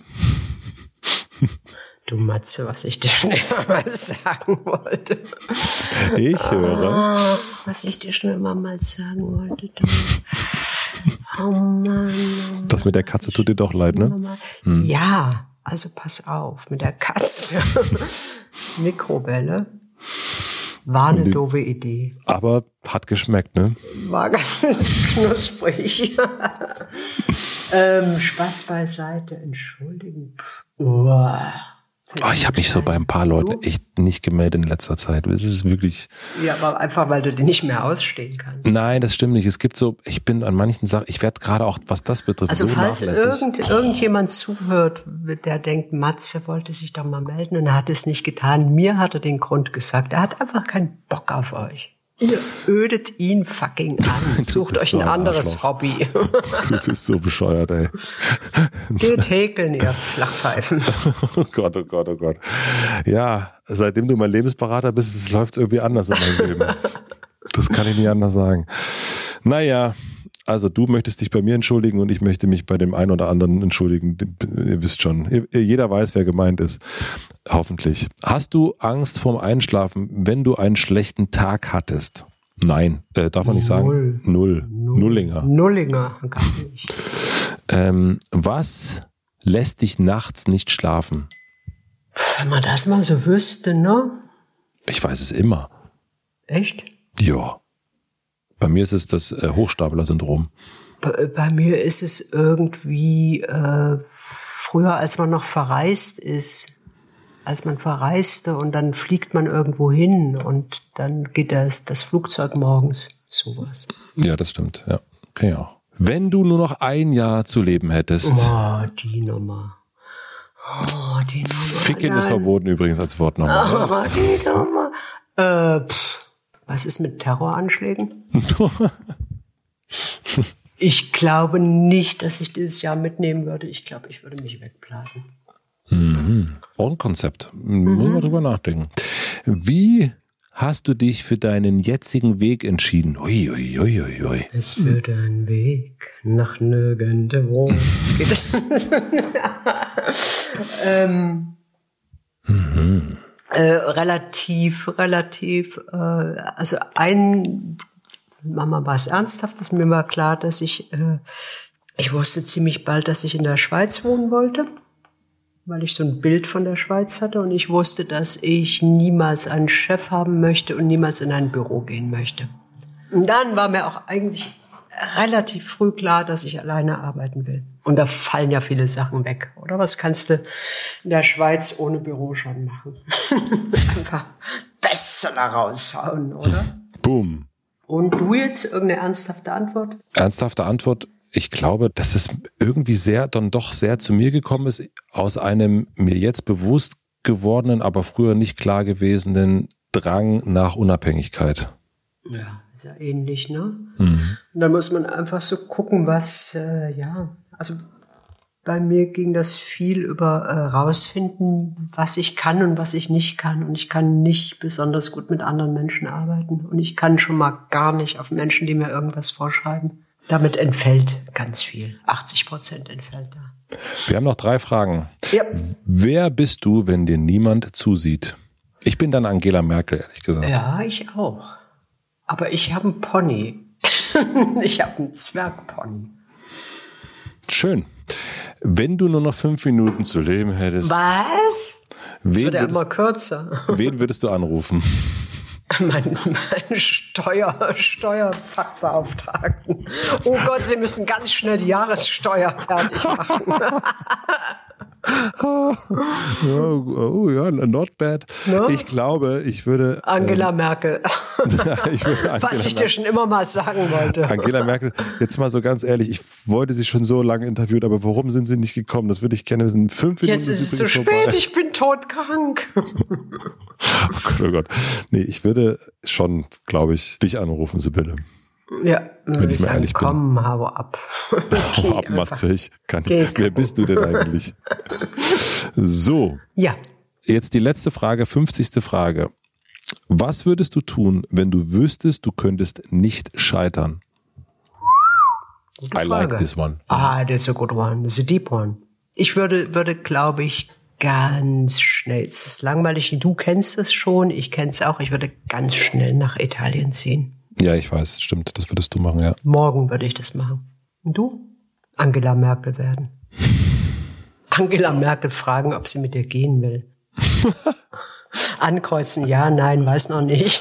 Du Matze, was ich dir schon immer mal sagen wollte. Ich höre. Oh, was ich dir schon immer mal sagen wollte. Du. Oh Mann. Das mit der Katze tut dir doch leid, ne? Hm. Ja, also pass auf, mit der Katze. Mikrowelle war eine doofe Idee. Aber hat geschmeckt, ne? War ganz knusprig. ähm, Spaß beiseite, entschuldigen. Uah. Oh, ich habe mich so bei ein paar Leuten echt nicht gemeldet in letzter Zeit. Es ist wirklich. Ja, aber einfach, weil du den nicht mehr ausstehen kannst. Nein, das stimmt nicht. Es gibt so, ich bin an manchen Sachen, ich werde gerade auch, was das betrifft, also so falls nachlässig. irgend, irgendjemand zuhört, der denkt, Matze wollte sich doch mal melden und er hat es nicht getan. Mir hat er den Grund gesagt. Er hat einfach keinen Bock auf euch. Ihr ödet ihn fucking an. Sucht euch ein so ein anderes Arschloch. Hobby. Du bist so bescheuert, ey. Geht häkeln, ihr Flachpfeifen. Oh Gott, oh Gott, oh Gott. Ja, seitdem du mein Lebensberater bist, es läuft irgendwie anders in meinem Leben. Das kann ich nicht anders sagen. Naja, also du möchtest dich bei mir entschuldigen und ich möchte mich bei dem einen oder anderen entschuldigen. Ihr wisst schon, jeder weiß, wer gemeint ist. Hoffentlich. Hast du Angst vorm Einschlafen, wenn du einen schlechten Tag hattest? Nein, äh, darf man nicht sagen. Null. Null. Nullinger. Nullinger, gar nicht. Ähm, was lässt dich nachts nicht schlafen? Wenn man das mal so wüsste, ne? Ich weiß es immer. Echt? Ja. Bei mir ist es das äh, Hochstapler-Syndrom. Bei, bei mir ist es irgendwie äh, früher, als man noch verreist ist, als man verreiste und dann fliegt man irgendwo hin und dann geht das, das Flugzeug morgens, sowas. Ja, das stimmt. Ja, okay, auch. Wenn du nur noch ein Jahr zu leben hättest. Oh, die Nummer. Oh, die Nummer. Ficken ist verboten übrigens als Wort nochmal. Oh, die Nummer. Äh, pff. Was ist mit Terroranschlägen? Ich glaube nicht, dass ich dieses Jahr mitnehmen würde. Ich glaube, ich würde mich wegblasen. Mhm. Auch ein Konzept. Mhm. Muss man drüber nachdenken. Wie hast du dich für deinen jetzigen Weg entschieden? Ui, ui, ui, ui, ui. Es führt ein Weg nach nirgendwo. Geht das? ähm, mhm. Äh, relativ, relativ, äh, also ein, machen wir was Ernsthaftes, mir war klar, dass ich, äh, ich wusste ziemlich bald, dass ich in der Schweiz wohnen wollte, weil ich so ein Bild von der Schweiz hatte und ich wusste, dass ich niemals einen Chef haben möchte und niemals in ein Büro gehen möchte. Und dann war mir auch eigentlich relativ früh klar, dass ich alleine arbeiten will. Und da fallen ja viele Sachen weg, oder? Was kannst du in der Schweiz ohne Büro schon machen? Einfach Bestseller raushauen, oder? Boom. Und du jetzt irgendeine ernsthafte Antwort? Ernsthafte Antwort. Ich glaube, dass es irgendwie sehr, dann doch sehr zu mir gekommen ist, aus einem mir jetzt bewusst gewordenen, aber früher nicht klar gewesenen Drang nach Unabhängigkeit. Ja. Ist ja ähnlich, ne? Mhm. Und da muss man einfach so gucken, was, äh, ja, also bei mir ging das viel über äh, rausfinden, was ich kann und was ich nicht kann. Und ich kann nicht besonders gut mit anderen Menschen arbeiten. Und ich kann schon mal gar nicht auf Menschen, die mir irgendwas vorschreiben. Damit entfällt ganz viel. achtzig Prozent entfällt da. Wir haben noch drei Fragen. Ja. Wer bist du, wenn dir niemand zusieht? Ich bin dann Angela Merkel, ehrlich gesagt. Ja, ich auch. Aber ich habe einen Pony. Ich habe einen Zwergpony. Schön. Wenn du nur noch fünf Minuten zu leben hättest. Was? Das wen wird ja würdest, immer kürzer. Wen würdest du anrufen? Mein, mein Steuer, Steuerfachbeauftragten. Oh Gott, Sie müssen ganz schnell die Jahressteuer fertig machen. oh, oh ja, not bad. No? Ich glaube, ich würde... Angela ähm, Merkel. ich würde Angela Was ich dir schon immer mal sagen wollte. Angela Merkel, jetzt mal so ganz ehrlich, ich wollte sie schon so lange interviewen, aber warum sind sie nicht gekommen? Das würde ich gerne wissen. Fünf Minuten jetzt ist es zu spät, vorbei. Ich bin todkrank. Oh Gott, oh Gott. Nee, ich würde schon, glaube ich, dich anrufen, Sibylle. Ja, wenn ich mal ehrlich bin. Komm, hau ab. Hau ab, Matze. Ich kann, wer bist du denn eigentlich? So. Ja. Jetzt die letzte Frage, fünfzigste Frage. Was würdest du tun, wenn du wüsstest, du könntest nicht scheitern? Gute I Frage. like this one. Ah, that's a good one. That's a deep one. Ich würde, würde, glaube ich, ganz schnell, es ist langweilig, du kennst es schon, ich kenne es auch, ich würde ganz schnell nach Italien ziehen. Ja, ich weiß, stimmt, das würdest du machen, ja. Morgen würde ich das machen. Und du? Angela Merkel werden. Angela Merkel fragen, ob sie mit dir gehen will. Ankreuzen, ja, nein, weiß noch nicht.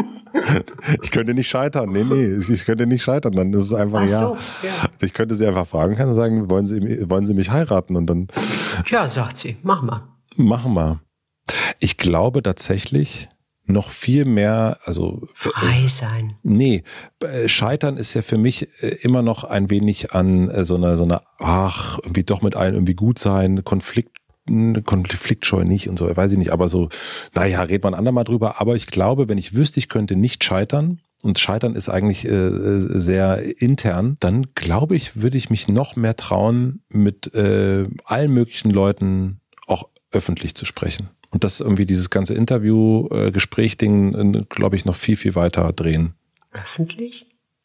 Ich könnte nicht scheitern, nee, nee, ich könnte nicht scheitern, dann ist es einfach, Ach so, ja. ja. Ich könnte sie einfach fragen, kann sagen, wollen sie, wollen sie mich heiraten und dann. Ja, sagt sie, mach mal. Machen wir. Ich glaube tatsächlich noch viel mehr, also. Frei sein. Nee, Scheitern ist ja für mich immer noch ein wenig an so einer, so einer, ach, irgendwie doch mit allen irgendwie gut sein, Konflikt, konfliktscheu nicht und so, weiß ich nicht, aber so, naja, redet man andermal drüber, aber ich glaube, wenn ich wüsste, ich könnte nicht scheitern, und Scheitern ist eigentlich äh, sehr intern, dann glaube ich, würde ich mich noch mehr trauen, mit äh, allen möglichen Leuten auch öffentlich zu sprechen. Und das irgendwie dieses ganze Interview-Gespräch-Ding, äh, glaube ich, noch viel, viel weiter drehen. Öffentlich?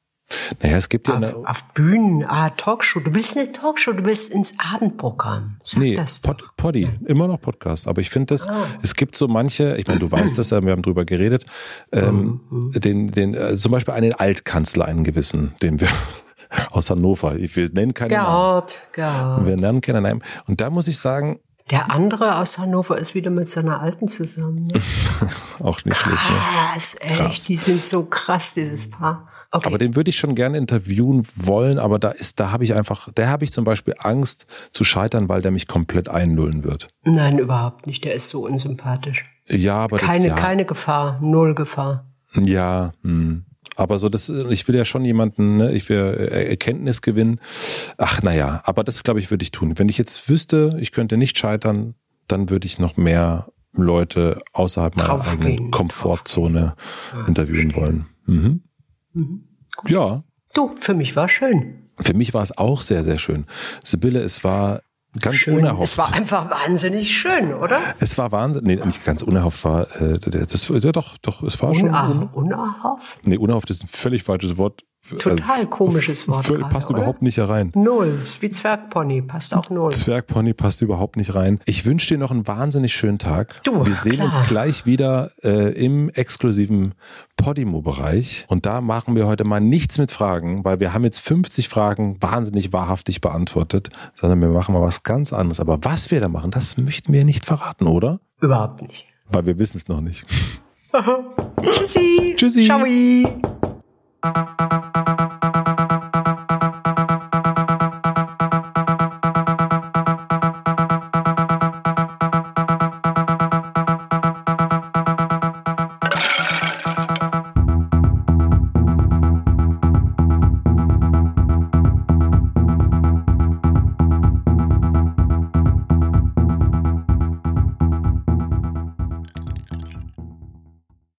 Naja, es gibt ja... Auf, eine, auf Bühnen, ah, Talkshow. Du willst eine Talkshow, du willst ins Abendprogramm. Sag nee, das doch. Pod, Poddy, immer noch Podcast. Aber ich finde das, ah. es gibt so manche, ich meine, du weißt das ja, wir haben drüber geredet, ähm, mhm. den, den, äh, zum Beispiel einen Altkanzler, einen gewissen, den wir... aus Hannover. Wir nennen keinen Gerd, Namen. Gerd. Wir nennen keinen Namen. Und da muss ich sagen... Der andere aus Hannover ist wieder mit seiner Alten zusammen. Ne? Das ist auch nicht schlecht. Ne? Krass, echt. Krass. Die sind so krass, dieses Paar. Okay. Aber den würde ich schon gerne interviewen wollen, aber da ist, da habe ich einfach, da habe ich zum Beispiel Angst zu scheitern, weil der mich komplett einlullen wird. Nein, überhaupt nicht. Der ist so unsympathisch. Ja, aber keine, das, ja. keine Gefahr, null Gefahr. Ja, hm. Aber so das, ich will ja schon jemanden, ne, ich will Erkenntnis gewinnen. Ach, naja, aber das, glaube ich, würde ich tun. Wenn ich jetzt wüsste, ich könnte nicht scheitern, dann würde ich noch mehr Leute außerhalb meiner Drauf eigenen gehen. Komfortzone ja, interviewen verstehe. wollen. Mhm. Mhm. Ja. Du, für mich war schön. Für mich war es auch sehr, sehr schön. Sibylle, es war ganz schön. unerhofft. Es war einfach wahnsinnig schön, oder? Es war wahnsinnig, nee, nicht ganz unerhofft, war, äh, das, ja, doch, doch, es war Una- schon. Un- unerhofft? Nee, unerhofft ist ein völlig falsches Wort. Total also, komisches Wort. Völlig, passt oder? Überhaupt nicht herein. Null. Ist wie Zwergpony. Passt auch null. Zwergpony passt überhaupt nicht rein. Ich wünsche dir noch einen wahnsinnig schönen Tag. Du, Wir sehen klar. uns gleich wieder äh, im exklusiven Podimo-Bereich. Und da machen wir heute mal nichts mit Fragen, weil wir haben jetzt fünfzig Fragen wahnsinnig wahrhaftig beantwortet, sondern wir machen mal was ganz anderes. Aber was wir da machen, das möchten wir nicht verraten, oder? Überhaupt nicht. Weil wir wissen es noch nicht. Tschüssi. Tschüssi. Ciao.